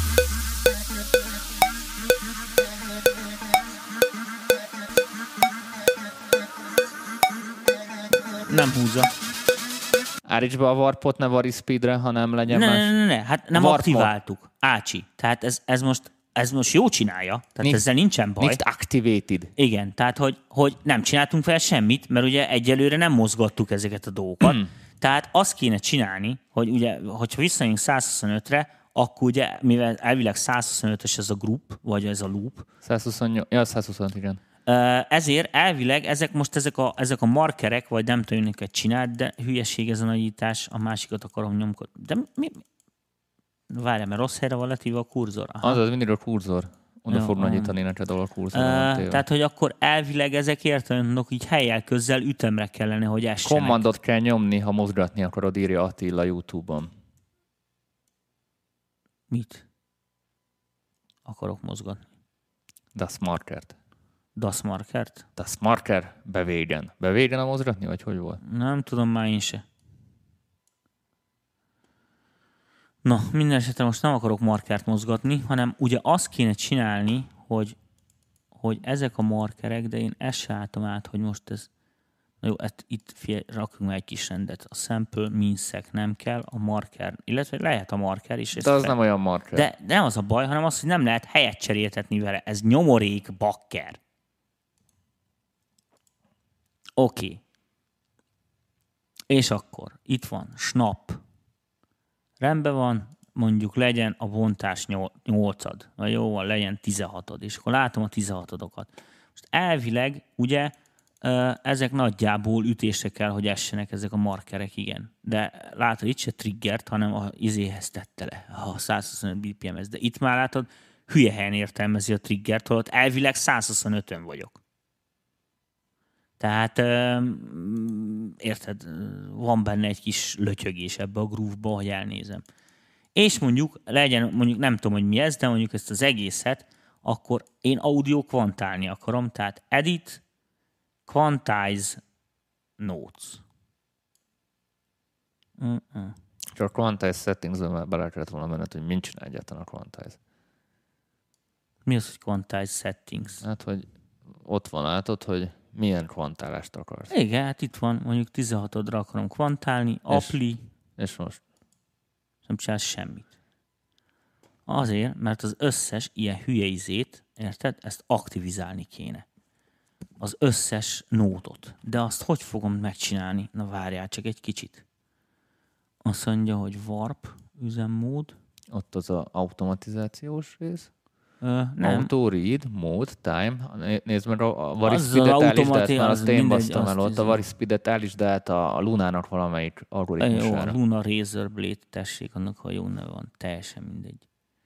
Nem húzza. Állíts be a warpot, ne vari speedre, hanem legyen ne, más. Ne, ne, ne, hát nem warp aktiváltuk. Ácsi. Tehát ez, ez most ez most jó csinálja, tehát nincs, ezzel nincsen baj. Nincs activated. Igen, tehát hogy, hogy nem csináltunk fel semmit, mert ugye egyelőre nem mozgattuk ezeket a dolgokat. Mm. Tehát azt kéne csinálni, hogy ugye, hogyha visszajönünk száz huszonötre, akkor ugye, mivel elvileg száz huszonötös ez a group, vagy ez a loop. száz huszonnyolc, ja, száz huszonöt, igen. Ezért elvileg ezek most ezek a, ezek a markerek, vagy nem tudom, őket csinált, de hülyeség ez a nagyítás, a másikat akarom nyomkodni. De mi? mi? Várjál, mert rossz helyre van letéve a kurzor. Aha. Az az mindig a kurzor. Oda fog nagyítani neked, ahol a kurzor uh, Tehát, hogy akkor elvileg ezek értelemnek így helyjel közzel ütemre kellene, hogy essenek. Kommandot kell nyomni, ha mozgatni akarod, írja Attila YouTube-on. Mit? Akarok mozgatni. Das Markert. Das Markert? Das Marker bevégen. Bevégen a mozgatni, vagy hogy volt? Nem tudom már én se. Na, minden esetre most nem akarok markert mozgatni, hanem ugye azt kéne csinálni, hogy, hogy ezek a markerek, de én ezt se álltam át, hogy most ez... Na jó, ezt itt fél, rakjunk már egy kis rendet. A sample minszek nem kell, a marker, illetve lehet a marker is. De az fel... nem olyan marker. De, de nem az a baj, hanem az, hogy nem lehet helyet cseréltetni vele. Ez nyomorék bakker. Oké. Okay. És akkor itt van snap. Rendben van, mondjuk legyen a bontás nyolcad, vagy jó van, legyen tizenhatod, és akkor látom a tizenhatodokat. Most elvileg, ugye, ezek nagyjából ütésre kell, hogy essenek ezek a markerek, igen. De látod, itt se triggert, hanem a izéhez tette le, a százhuszonöt bé pé em-hez. De itt már látod, hülye helyen értelmezi a triggert, holott elvileg százhuszonötön vagyok. Tehát, érted, van benne egy kis lötyögés ebbe a groove-ba, hogy elnézem. És mondjuk legyen, mondjuk nem tudom, hogy mi ez, de mondjuk ezt az egészet, akkor én audio kvantálni akarom, tehát edit, quantize, notes. Uh-uh. Csak a quantize settings-ben bele kellett volna menned, hogy mint csinál egyáltalán a quantize. Mi az, hogy quantize settings? Hát, hogy ott van, látod, hogy milyen kvantálást akarsz. Igen, hát itt van, mondjuk tizenhatodra akarom kvantálni, apply. És most? Nem csinálsz semmit. Azért, mert az összes ilyen hülye izét, érted? Ezt aktivizálni kéne. Az összes nódot. De azt hogy fogom megcsinálni? Na várjál csak egy kicsit. Azt mondja, hogy warp üzemmód. Ott az a automatizációs rész. Ö, nem. Auto, read, mode, time. Nézd meg a Varispeedet állítsd át, már azt én basztam el ott. A Varispeedet állítsd át a Lunának valamelyik algoritmusára. Jó, Luna Razor Blade, tessék, annak ha jó neve van. Teljesen mindegy.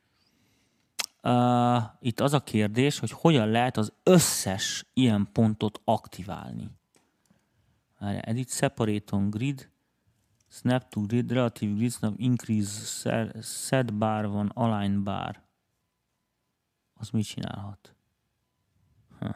Uh, itt az a kérdés, hogy hogyan lehet az összes ilyen pontot aktiválni. Edit separate on grid, snap to grid, relative grid, snap increase, set bar van, align bar. Az mit csinálhat? Huh.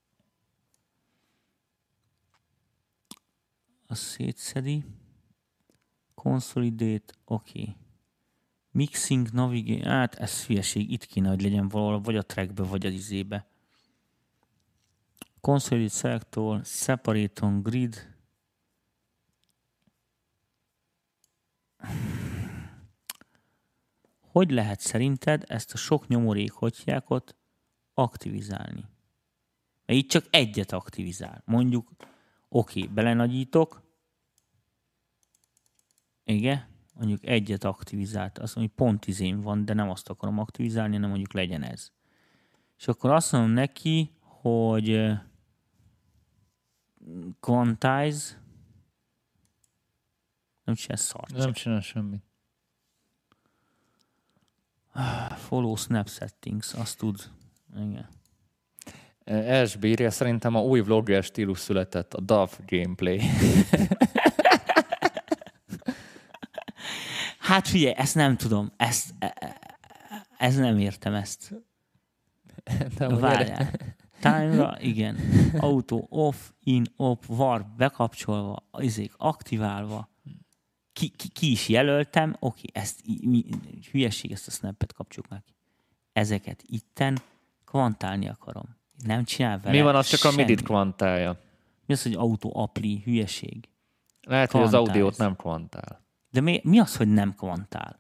Az szétszedi. Consolidate, oké. Okay. Mixing, navigate, hát ez hülyeség, itt kéne, hogy legyen valahol, vagy a trackbe, vagy az izébe. Consolidate selector, separate on grid. Hogy lehet szerinted ezt a sok nyomorék hotyjákot aktivizálni? Mert itt csak egyet aktivizál. Mondjuk, oké, okay, belenagyítok. Igen. Mondjuk egyet aktivizált, azt mondja, hogy pont izém van, de nem azt akarom aktivizálni, hanem mondjuk legyen ez. És akkor azt mondom neki, hogy quantize, nem csinál szart. Nem csinál semmit. Follow snap settings, azt tud. Igen. Es bírja, szerintem a új vlogger stílus született, a daf gameplay. Hát figyelj, ezt nem tudom. Ezt, ez nem értem ezt. Várjál. Time-ra, igen. Auto off, in, off, warp bekapcsolva, izék aktiválva. Ki, ki, ki is jelöltem. Oké, ezt mi, hülyeség, ezt a snappet kapcsoljuk meg. Ezeket itten kvantálni akarom. Nem csinál vele mi van, az csak semmi. A midit kvantálja. Mi az, hogy auto apply, hülyeség? Lehet, Quantize. Hogy az audiót nem kvantál. De mi, mi az, hogy nem kvantál?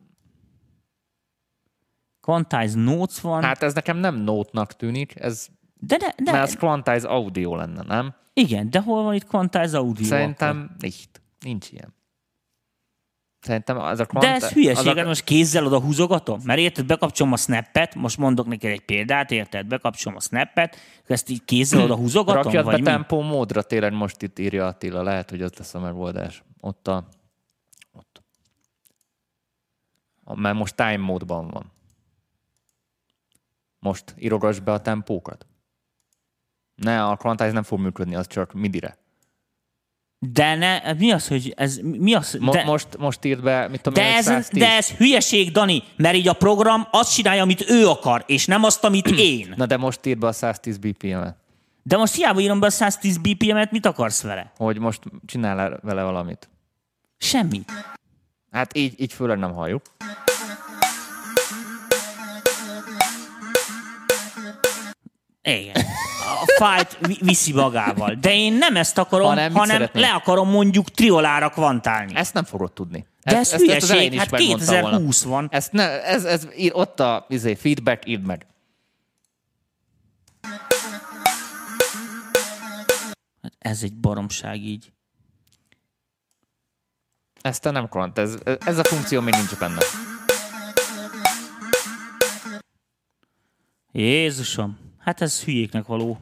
Quantize notes van. Hát ez nekem nem note-nak tűnik, ez de de, de, mert ez quantize audio lenne, nem? Igen, de hol van itt quantize audio? Szerintem akkor? Nicht. Nincs ilyen. Szerintem az a quantize... De ez hülyeség, a... most kézzel oda húzogatom? Mert érted, bekapcsolom a snappet, most mondok neked egy példát, érted? Bekapcsolom a snappet, ezt így kézzel oda húzogatom? Rakjad vagy be mi? tempó módra, tényleg most itt írja Attila, lehet, hogy az lesz a megoldás. Ott a... Ott. Mert most time módban van. Most írogass be a tempókat. Ne, a quantize nem fog működni, az csak midire. De ne, mi az, hogy ez, mi az? Mo- de, most, most írt be, mit tudom de, én, ez, száztíz. de ez hülyeség, Dani, mert így a program azt csinálja, amit ő akar, és nem azt, amit én. Na de most írt be a száztíz bé pé em-et. De most hiába írom be a száztíz bé pé em-et, mit akarsz vele? Hogy most csinál vele valamit. Semmit. Hát így, így főleg nem halljuk. Igen. A fájlt viszi magával. De én nem ezt akarom, hanem, hanem le akarom mondjuk triolára kvantálni. Ezt nem fogod tudni. De ezt, ez ezt, hülyeség, ezt hát kétezer-húsz van. Ezt ne, ez, ez, ott a izé, feedback, írd meg. Hát ez egy baromság így. Ezt te nem kvant, ez, ez a funkció még nincs benne. Jézusom, hát ez hülyéknek való.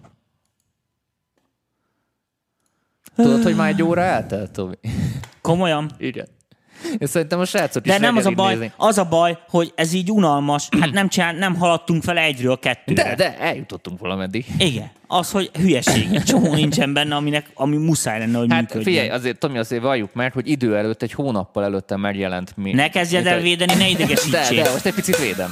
Tudod, hogy már egy óra eltelt, Tomi? Komolyan? Igen. Én szerintem a srácot is de nem az a baj, nézni. az a baj, hogy ez így unalmas, hát nem, csinál, nem haladtunk fel egyről kettőre. De, de eljutottunk valameddig. Igen, az, hogy hülyeség, egy csomó nincsen benne, aminek, ami muszáj lenne, hogy hát működjön. Figyelj, azért, Tomi, azért valljuk meg, hogy idő előtt, egy hónappal előtte megjelent mi. Ne kezdjed el védeni, ne idegesítsél. De, de, most egy picit védem.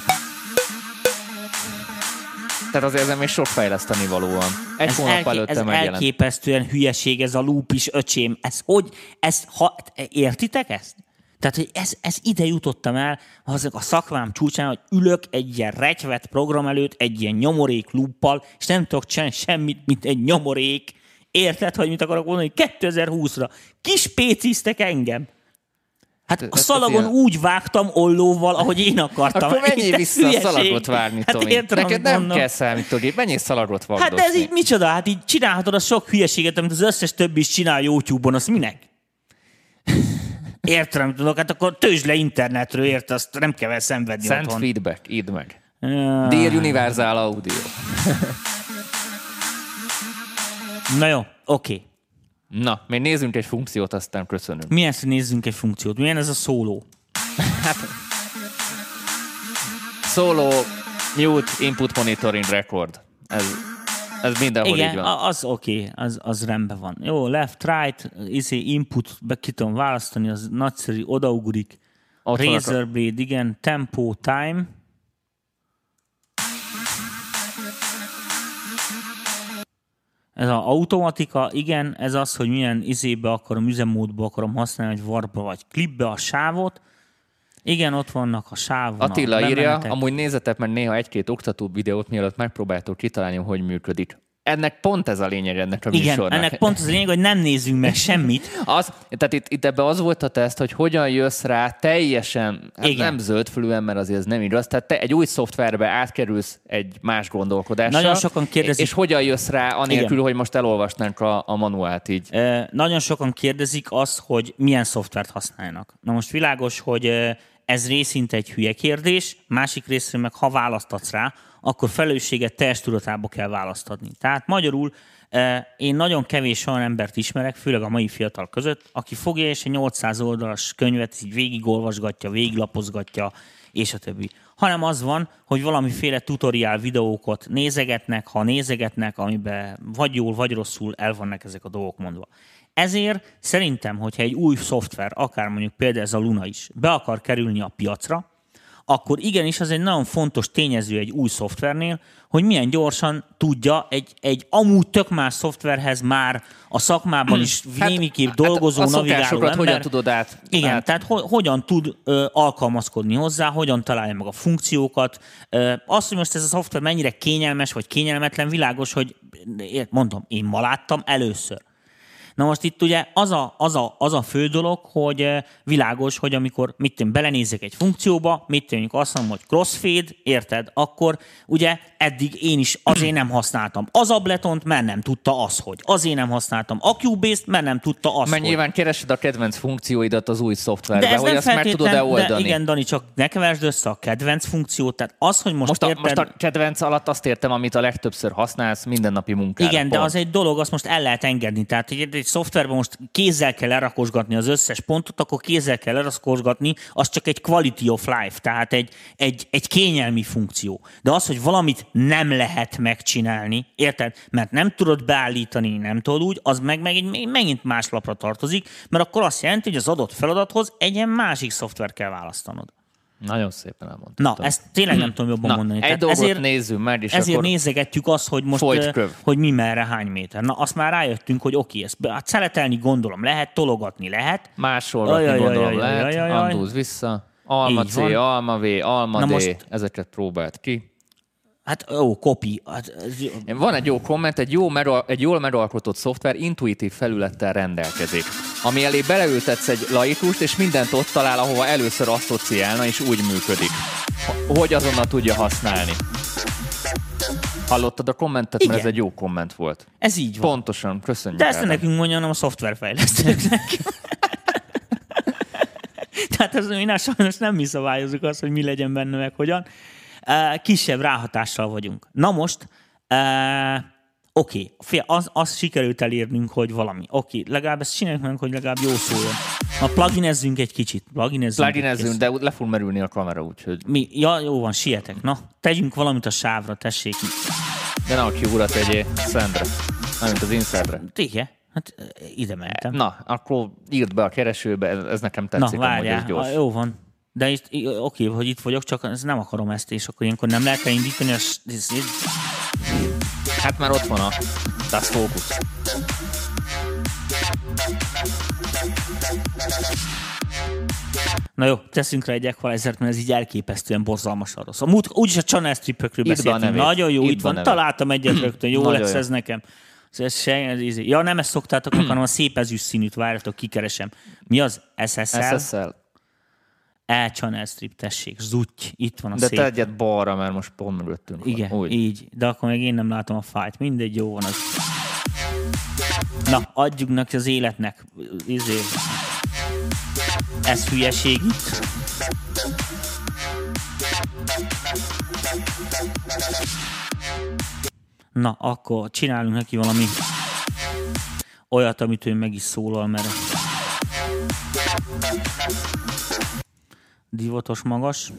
Tehát azért ezen még sok fejleszteni való van. Egy ez hónap elké- előtte ez megjelent. elképesztően hülyeség, ez a loop is, öcsém. Ez hogy, ez, ha, értitek ezt? Tehát, hogy ez, ez ide jutottam el azok a szakmám csúcsán, hogy ülök egy ilyen retyvet program előtt, egy ilyen nyomorék looppal, és nem tudok csinálni semmit, mint egy nyomorék. Érted, hogy mit akarok mondani? kétezer-húszra kis péciztek engem. Hát a szalagon ilyen... úgy vágtam ollóval, ahogy én akartam. Akkor menjél vissza hülyeség. A szalagot várni, hát Tomi. Értem, neked nem mondom. kell számítógép, menjél szalagot vagdozni. Hát de ez így micsoda? Hát így csinálhatod a sok hülyeséget, amit az összes többi is csinál YouTube-on, azt minek? Értem, tudok, hát akkor töltsd le internetről, érted, azt nem kell szenvedni Szent otthon. feedback, írd meg. Uh... Dear Universal Audio. Na jó, oké. Okay. Na, még nézzünk egy funkciót, aztán köszönöm. Milyen nézzünk egy funkciót? Milyen ez a szóló? Hát, Solo Mute Input Monitoring Record. Ez, ez mindenhol igen, így van. az oké, okay, az, az rendben van. Jó, left, right, izé, input, be ki tudom választani, az nagyszerű, odaugrik. Razor Blade, igen, tempo, time. Ez az automatika, igen, ez az, hogy milyen izébe akarom, üzemmódba akarom használni, vagy warpba, vagy klipbe a sávot. Igen, ott vannak a sávon. Attila a írja, amúgy nézzetek meg néha egy-két oktató videót, mielőtt megpróbáltok kitalálni, hogy működik. Ennek pont ez a lényeg ennek a igen, műsornak. Igen, ennek pont az a lényeg, hogy nem nézzünk meg semmit. Az, tehát itt, itt ebben az volt a teszt, hogy hogyan jössz rá teljesen, hát nem zöldfülűen, mert azért ez nem igaz, tehát te egy új szoftverbe átkerülsz egy más gondolkodással. Nagyon sokan kérdezik. És hogyan jössz rá, anélkül, igen. hogy most elolvasnánk a, a manuált így. E, nagyon sokan kérdezik azt, hogy milyen szoftvert használnak. Na most világos, hogy ez részint egy hülye kérdés, másik részről meg ha választatsz rá, akkor felelősséget teljes tudatába kell választani. Tehát magyarul én nagyon kevés olyan embert ismerek, főleg a mai fiatal között, aki fogja és egy nyolcszáz oldalas könyvet így végigolvasgatja, végiglapozgatja, és a többi. Hanem az van, hogy valamiféle tutoriál videókat nézegetnek, ha nézegetnek, amiben vagy jól, vagy rosszul el vannak ezek a dolgok mondva. Ezért szerintem, hogyha egy új szoftver, akár mondjuk például ez a Luna is, be akar kerülni a piacra, akkor igenis az egy nagyon fontos tényező egy új szoftvernél, hogy milyen gyorsan tudja egy, egy amúgy tök más szoftverhez már a szakmában is hát, némiképp dolgozó, hát navigáló ember. Hogyan tudod át? Igen, át. tehát ho- hogyan tud ö, alkalmazkodni hozzá, hogyan találja meg a funkciókat. Ö, azt, hogy most ez a szoftver mennyire kényelmes vagy kényelmetlen, világos, hogy mondom, én ma láttam először. Na most itt ugye az a, az a, az a fő dolog, hogy világos, hogy amikor mit tudom, belenézek egy funkcióba, mit tudom, azt mondom, hogy crossfade, érted? Akkor ugye eddig én is azért nem használtam az Abletont, mert nem tudta az, hogy. Azért nem használtam a Cubase-t, mert nem tudta azt, mert hogy. Nyilván keresed a kedvenc funkcióidat az új szoftverbe, hogy azt meg tudod-e oldani. De igen, Dani, csak ne keversd össze a kedvenc funkciót. Tehát az, hogy most, most, a, érted... most a kedvenc alatt azt értem, amit a legtöbbször használsz mindennapi munkára. Igen, pont. de az egy dolog, azt most el lehet engedni. Tehát egy szoftverben most kézzel kell lerakosgatni az összes pontot, akkor kézzel kell lerakosgatni, az csak egy quality of life, tehát egy, egy, egy kényelmi funkció. De az, hogy valamit nem lehet megcsinálni, érted? Mert nem tudod beállítani, nem tudod úgy, az meg, meg egy, megint más lapra tartozik, mert akkor azt jelenti, hogy az adott feladathoz egy ilyen másik szoftver kell választanod. Nagyon szépen elmondtam. Na, ezt tényleg nem tudom jobban Na, mondani. Egy Tehát dolgot ezért, nézzünk meg, és ezért akkor nézegetjük azt, hogy most, hogy mi merre, hány méter. Na, azt már rájöttünk, hogy oké, ezt hát szeletelni gondolom lehet, tologatni lehet. Másolgatni gondolom lehet, andúz vissza. Alma C, alma V, alma D, ezeket próbált ki. Hát ó, copy. Hát, Van egy jó komment, egy, jó megal, egy jól megalkotott szoftver intuitív felülettel rendelkezik, ami elé beleültetsz egy laikust, és mindent ott talál, ahova először asszociálna, és úgy működik, hogy azonnal tudja használni. Hallottad a kommentet? Igen. Mert ez egy jó komment volt. Ez így van. Pontosan, köszönjük. De ezt Ádám. nekünk mondja, nem a szoftverfejlesztőknek. Tehát ez mi sajnos nem mi szabályozunk azt, hogy mi legyen benne, meg hogyan. Kisebb ráhatással vagyunk. Na most, uh, oké, okay, az, az sikerült elérnünk, hogy valami. Oké, okay, legalább ezt csináljuk meg, hogy legalább jó szóljon. Na, pluginezzünk egy kicsit. Pluginezzünk, Pluginezzünk, de le fog merülni a kamera, úgyhogy... Mi? Ja, jó van, sietek. Na, tegyünk valamit a sávra, tessék. De ne a Q-ra tegyél, Szendre. Nem, mint az Insertre. Igen, hát ide mentem. Na, akkor írd be a keresőbe, ez, ez nekem tetszik. Na, várjál, amúgy, ez gyors. jó van. De itt, oké, hogy itt vagyok, csak ez nem akarom ezt, és akkor ilyenkor nem lehet elindítani a... Hát már ott van a Das Focus. Na jó, teszünk rá egy equalizert, mert ez így elképesztően borzalmasan rossz. A múlt, úgyis a channel stripökről beszéltünk. Nagyon jó, itt, itt van. van Találtam egyet rögtön, jó lesz jó. Ez nekem. Ez se, ez ízi. Ja, nem ezt szoktátok, hanem a szép ezüst színűt, várjatok, kikeresem. Mi az? es es el? es es el. E-channel strip, tessék, zutty, itt van a de szép. De te egyet balra, mert most pont mögöttünk van. Igen, úgy. így. De akkor meg én nem látom a fájt. Mindegy, jó van az. Na, adjuk neki az életnek. Izé. Ez hülyeség itt. Na, akkor csinálunk neki valami olyat, amit ő meg is szólal, mert divatos magas.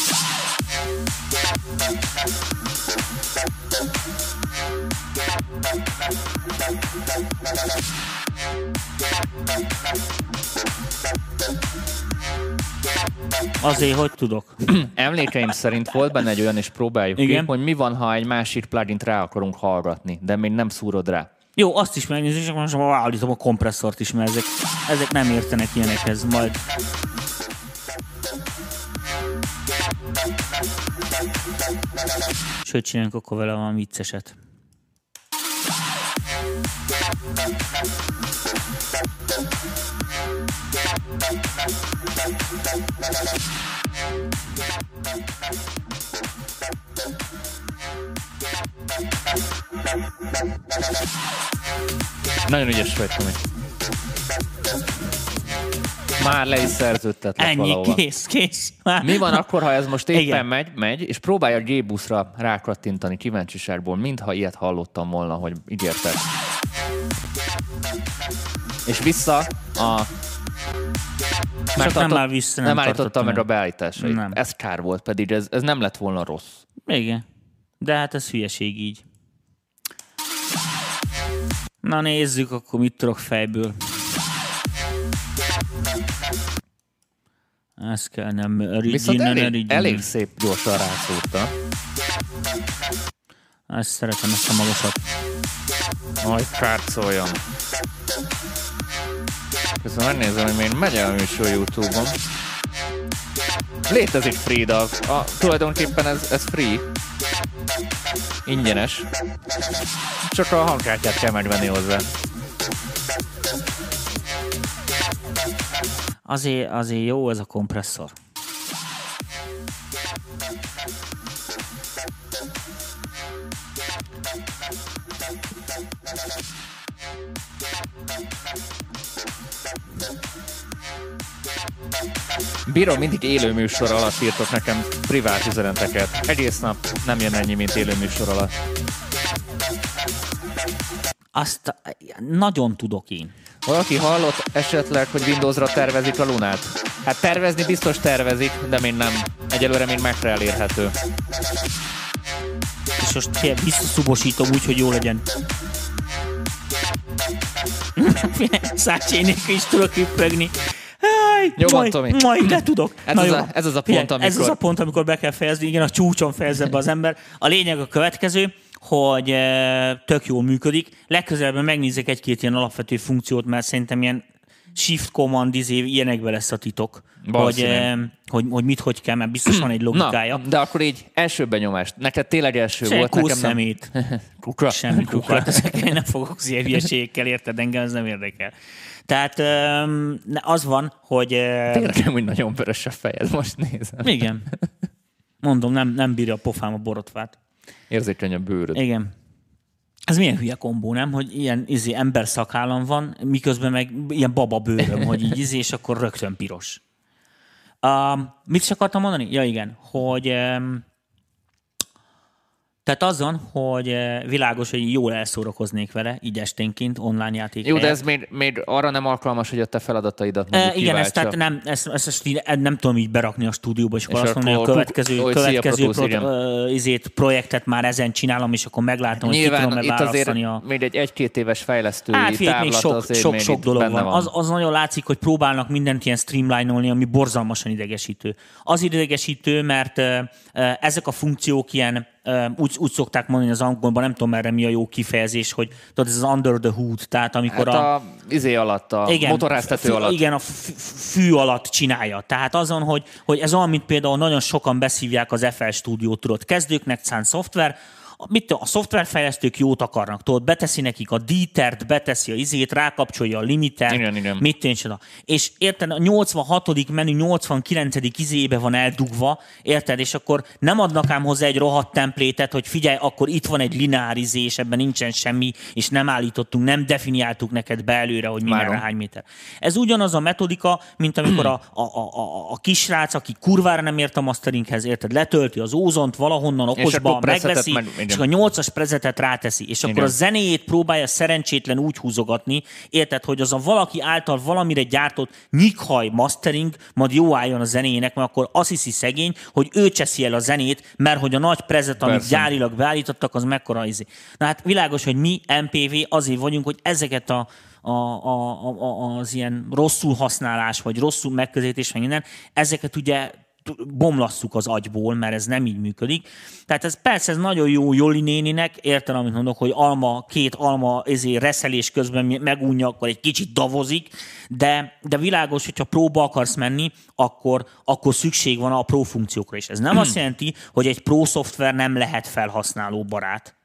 Azért, hogy tudok. Emlékeim szerint volt benne egy olyan, és próbáljuk Igen. ki, hogy mi van, ha egy másik plugint rá akarunk hallgatni, de még nem szúrod rá. Jó, azt is megnézzük, és most állítom a kompresszort is, mert ezek, ezek nem értenek ilyenekhez majd. És hogy csinálunk akkor vele valami vicceset? Nagyon ügyes vagy, Tomi. Már le is szerződtetlek Ennyi, valahova. kész, kész. Már. Mi van akkor, ha ez most éppen Igen. megy, megy, és próbálja a G-buszra rákattintani kíváncsiságból, mintha ilyet hallottam volna, hogy ígértek. És vissza a... Csak nem áll vissza, nem nem állította meg meg. a beállításait. Nem. Ez kár volt, pedig ez, ez nem lett volna rossz. Igen. De hát ez hülyeség így. Na nézzük, akkor mit tudok fejből. Ez kell, nem Viszont original, elég, original. elég szép gyorsan rászúrta. Ezt szeretem, ezt a magasat. Majd kárcoljon. Közben megnézem, hogy még megy el a műsor YouTube-on. Létezik free dag. A, tulajdonképpen ez, ez free. Ingyenes. Csak a hangkártyát kell megvenni hozzá. Azért, azért jó ez a kompresszor. Bírom, mindig élő műsor alatt írtok nekem privát üzeneteket. Egész nap nem jön ennyi, mint élő műsor alatt. Azt nagyon tudok én. Valaki hallott esetleg, hogy Windowsra tervezik a Lunát? Hát tervezni biztos tervezik, de még nem. Egyelőre még Macre elérhető. És most visszaszubosítom úgy, hogy jó legyen. Szácsé nélkül is tudok üppögni. Nyugodt, Tomi. Majd de tudok. Ez, az a, ez az a pont, amikor... Ez az a pont, amikor be kell fejezni. Igen, a csúcson fejezze be az ember. A lényeg a következő, hogy tök jól működik. Legközelebben megnézek egy-két ilyen alapvető funkciót, mert szerintem ilyen shift command, izé, ilyenekben lesz a titok, hogy, hogy, hogy mit, hogy kell, mert biztos van egy logikája. Na, de akkor így első benyomást. Neked tényleg első Se, volt. Nekem szemét. nem... Kukra. Semmi kukra. Én nem fogok ilyen hülyeségekkel, érted, engem ez nem érdekel. Tehát az van, hogy... Tényleg nem úgy nagyon vörös a fejed, most nézem. Igen. Mondom, nem, nem bírja a pofám a borotvát. Érzékeny a bőröd. Igen. Ez milyen hülye kombó, nem? Hogy ilyen izé, ember szakállam van, miközben meg ilyen baba bőröm, hogy így izé, és akkor rögtön piros. Uh, mit is akartam mondani? Ja igen, hogy... Um, Tehát azon, hogy világos, hogy jól elszórakoznék vele, így esténként, online játék. Jó, de ez még, még arra nem alkalmas, hogy a te feladataidat mondjuk e, Igen, ezt, tehát nem, ezt, ezt, ezt így, nem tudom így berakni a stúdióba, és, és akkor azt mondani, hogy a következő, hogy következő pro, izét, projektet már ezen csinálom, és akkor meglátom, hogy nyilván, ki tudom-e választani a... még egy egy-két éves fejlesztői hát, távlat még sok, azért sok, még sok dolog van. van. Az, az nagyon látszik, hogy próbálnak mindent ilyen streamline-olni, ami borzalmasan idegesítő. Az idegesítő, mert ezek a funkciók ilyen Úgy, úgy szokták mondani az angolban, nem tudom erre mi a jó kifejezés, hogy tudod, ez az under the hood, tehát amikor hát a... a... izé alatt, a igen, motorháztető alatt. Igen, a fű alatt csinálja. Tehát azon, hogy, hogy ez olyan, mint például nagyon sokan beszívják az ef el Studio-t, tudod, kezdőknek szánt szoftver, mit a szoftverfejlesztők jót akarnak, tudod, beteszi nekik a dítert, beteszi a izét, rákapcsolja a limitert, igen, igen. mit tűncsen. És érted, a nyolcvanhatodik menü nyolcvankilencedik izébe van eldugva, érted, és akkor nem adnak ám hozzá egy rohadt templétet, hogy figyelj, akkor itt van egy lineár izé, és ebben nincsen semmi, és nem állítottunk, nem definiáltuk neked be előre, hogy mindenre hány méter. Ez ugyanaz a metodika, mint amikor a, a, a, a, a kisrác, aki kurvára nem ért a masteringhez, érted, letölti az ózont valahonnan okosba, megveszi, meg, és a nyolcas prezetet ráteszi, és akkor igen. a zenéjét próbálja szerencsétlen úgy húzogatni, érted, hogy az a valaki által valamire gyártott nyikhaj mastering majd jó álljon a zenéjének, mert akkor azt hiszi szegény, hogy ő cseszi el a zenét, mert hogy a nagy prezet, amit persze. gyárilag beállítottak, az mekkora izé. Na hát világos, hogy mi em pé vé azért vagyunk, hogy ezeket a A, a, a, az ilyen rosszul használás, vagy rosszul megközelítés, vagy minden, ezeket ugye bomlasszuk az agyból, mert ez nem így működik. Tehát ez persze ez nagyon jó Joli néninek, értem, amit mondok, hogy alma, két alma ezért reszelés közben megunja, akkor egy kicsit davozik, de, de világos, hogyha próba akarsz menni, akkor, akkor szükség van a pro funkciókra is. Ez nem azt jelenti, hogy egy pro szoftver nem lehet felhasználó barát.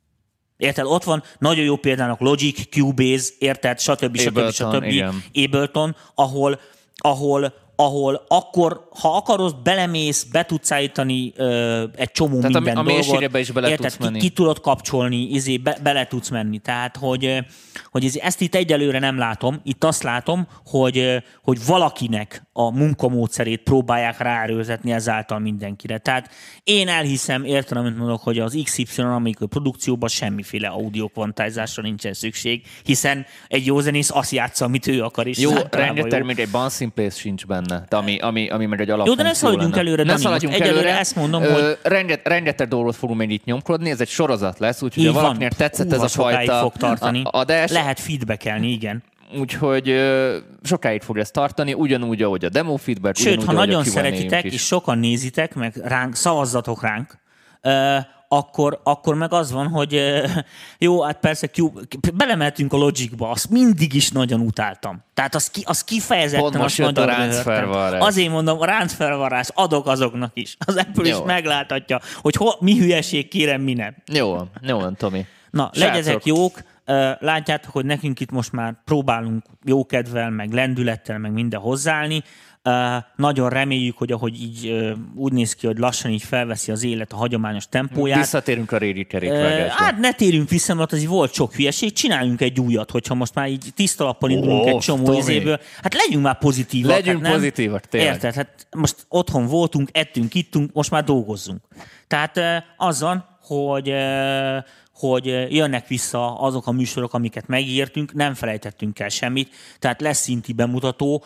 Érted? Ott van nagyon jó példának Logic, Cubase, érted, stb. stb. stb. Ableton, ahol, ahol ahol akkor, ha akarod, belemész, be tudsz állítani ö, egy csomó tehát minden a, a dolgot. Is bele érted, tudsz menni. Ki, ki tudod kapcsolni, izé, be, bele tudsz menni. Tehát, hogy, hogy izé, ezt itt egyelőre nem látom. Itt azt látom, hogy, hogy valakinek a munkamódszerét próbálják ráerőltetni ezáltal mindenkire. Tehát én elhiszem, értem, amit mondok, hogy az iksz ipszilon amerikai produkcióban semmiféle audio kvantizásra nincsen szükség, hiszen egy jó zenész azt játsza, amit ő akar. És jó, rengeteg még egy bouncing place sincs benne. De ami, ami, ami meg egy alapfunkció. Jó, de ne szaladjunk lenne. előre, ne Dani, szaladjunk egyelőre előre. Ezt mondom, Ö, hogy... Renget, rengeteg dolgot fogunk még itt nyomkodni, ez egy sorozat lesz, úgyhogy ha valakinek tetszett ez a fajta fog tartani. adás. Lehet feedbackelni, igen. Úgyhogy ö, sokáig fog ez tartani, ugyanúgy, ahogy a demo feedback. Sőt, ugyanúgy, ha nagyon is. szeretitek, és sokan nézitek, meg ránk, szavazzatok ránk, ö, Akkor, akkor meg az van, hogy jó, hát persze belemeltünk a Logicba, azt mindig is nagyon utáltam. Tehát az, ki, az kifejezetten azt nagyon röhögtem. Azért mondom, a ráncfelvarrás adok azoknak is. Az Apple jó. is megláthatja, hogy hol, mi hülyeség, kérem, mi nem. Jó, jó van, Tomi. Na, Srácok. Legyetek jók. Látjátok, hogy nekünk itt most már próbálunk jókedvel, meg lendülettel, meg minden hozzáállni. Uh, nagyon reméljük, hogy ahogy így uh, úgy néz ki, hogy lassan így felveszi az élet a hagyományos tempóját. Visszatérünk a régi kerékvágásba. Uh, hát ne térjünk vissza, mert az volt sok hülyeség, csináljunk egy újat, hogyha most már így tiszta lappal indulunk oh, egy csomó izéből. Hát legyünk már pozitívak. Legyünk hát pozitívak, tényleg. Érted? Hát most otthon voltunk, ettünk, ittunk, most már dolgozzunk. Tehát uh, azzal, hogy... Uh, hogy jönnek vissza azok a műsorok, amiket megírtünk, nem felejtettünk el semmit, tehát lesz szinti bemutató.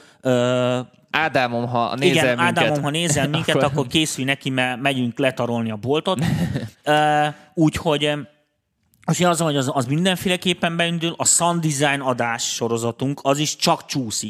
Ádámom, ha nézel igen, minket. Ádámom, ha nézel minket, akkor... akkor készülj neki, mert megyünk letarolni a boltot. Úgyhogy az, hogy az, az mindenféleképpen beindul, a Sound Design adás sorozatunk, az is csak csúszik.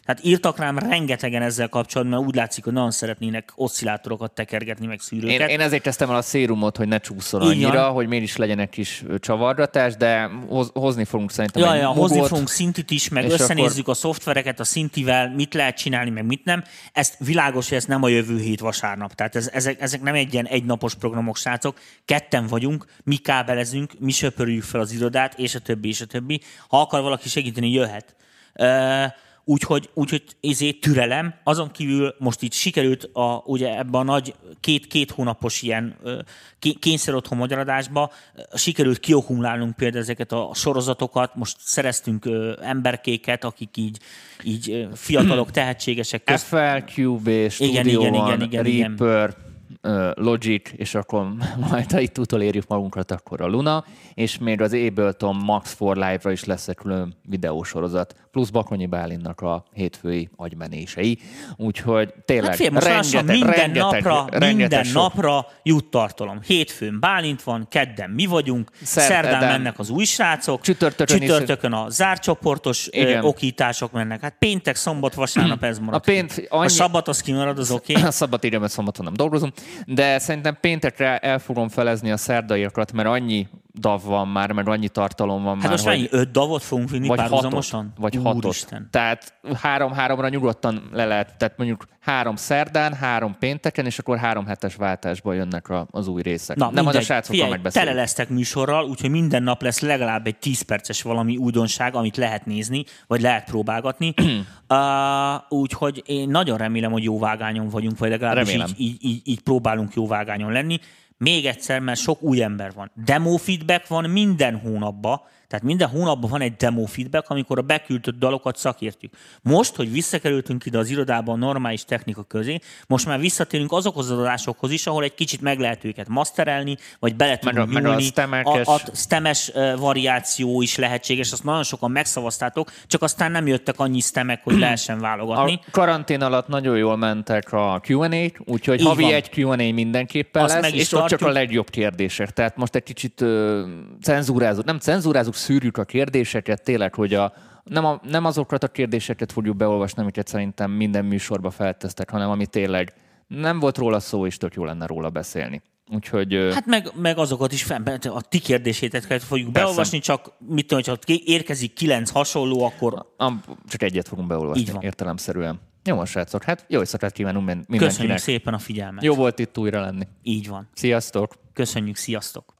Tehát írtak rám rengetegen ezzel kapcsolatban, mert úgy látszik, hogy nagyon szeretnének oszcillátorokat tekergetni, meg szűrőket. Én, én ezért kezdtem el a szérumot, hogy ne csúszol annyira, hogy mégis legyen egy kis csavargatás, de hoz, hozni fogunk szerintem ja, egy ja, mugot, hozni fogunk szintit is, meg összenézzük akkor... a szoftvereket a szintivel, mit lehet csinálni, meg mit nem. Ez világos, hogy ez nem a jövő hét vasárnap. Tehát ez, ezek, ezek nem egy ilyen egynapos programok, srácok. Ketten vagyunk, mi kábelezünk, mi söpörjük fel az irodát, és a többi, és a többi. Ha akar valaki segíteni, jöhet. Uh, Úgyhogy, úgyhogy ezért türelem. Azon kívül most itt sikerült a, ugye ebben a nagy két, két hónapos ilyen kényszer otthon magyaradásba sikerült kiokumulálnunk például ezeket a sorozatokat. Most szereztünk emberkéket, akik így, így fiatalok, tehetségesek. Közt... ef el, Cube, Studio igen, igen, One, igen, igen, Reaper, igen. Logic, és akkor majd ha itt utolérjük magunkat, akkor a Luna, és még az Ableton Max for Live-ra is lesz egy külön videósorozat, plusz Bakonyi Bálinnak a hétfői agymenései. Úgyhogy tényleg hát fél, most rengeteg, minden rengeteg, napra, rengeteg minden sok. napra jut tartalom. Hétfőn Bálint van, kedden mi vagyunk, szerdán, szerdán mennek az új srácok, csütörtökön, csütörtökön a zárcsoportos ö, okítások mennek. Hát péntek, szombat, vasárnap ez marad. A, pént, annyi... a szabad az kimarad, az oké. Okay. A szabad írja, mert szombaton nem dolgozom, de szerintem péntekre el fogom felezni a szerdaiakat, mert annyi dav van már, meg annyi tartalom van hát már. most hogy... mennyi? Öt davot fogunk vinni vagy párhuzamosan? Hatot, vagy hatot. Úristen. Tehát három-háromra nyugodtan le lehet, tehát mondjuk három szerdán, három pénteken, és akkor három hetes váltásban jönnek a, az új részek. Na, nem, majd a srácokkal megbeszéljük. Tele lesztek műsorral, úgyhogy minden nap lesz legalább egy tíz perces valami újdonság, amit lehet nézni, vagy lehet próbálgatni. uh, úgyhogy én nagyon remélem, hogy jó vágányon vagyunk, vagy legalábbis így, így, így, így próbálunk jó vágányon lenni. Még egyszer, mert sok új ember van. Demo feedback van minden hónapban, tehát minden hónapban van egy demo feedback, amikor a beküldött dalokat szakértjük. Most, hogy visszakerültünk ide az irodában a normális technika közé, most már visszatérünk azokhoz az adásokhoz is, ahol egy kicsit meg lehet őket masterelni, vagy bele tudunk meg a, nyúlni. Meg a, a stemes uh, variáció is lehetséges, azt nagyon sokan megszavaztátok, csak aztán nem jöttek annyi stemek, hogy lehessen válogatni. A karantén alatt nagyon jól mentek a Q and A, úgyhogy így havi van. Egy Q and A mindenképpen azt lesz, és tartjuk. Ott csak a legjobb kérdések. Tehát most egy kicsit uh, cenzúrázunk, nem cenzúrázunk, szűrjük a kérdéseket, tényleg, hogy a, nem, a, nem azokat a kérdéseket fogjuk beolvasni, amiket szerintem minden műsorba feltesztek, hanem ami tényleg nem volt róla szó, és tök jó lenne róla beszélni. Úgyhogy... Hát meg, meg azokat is fenn, a ti kérdéséteket fogjuk persze. beolvasni, csak mit tudom, hogyha érkezik kilenc hasonló, akkor... A, csak egyet fogunk beolvasni, értelemszerűen. Jó, srácok, hát jó éjszakát kívánunk mindenkinek. Köszönjük szépen a figyelmet. Jó volt itt újra lenni. Így van. Sziasztok! Köszönjük, sziasztok!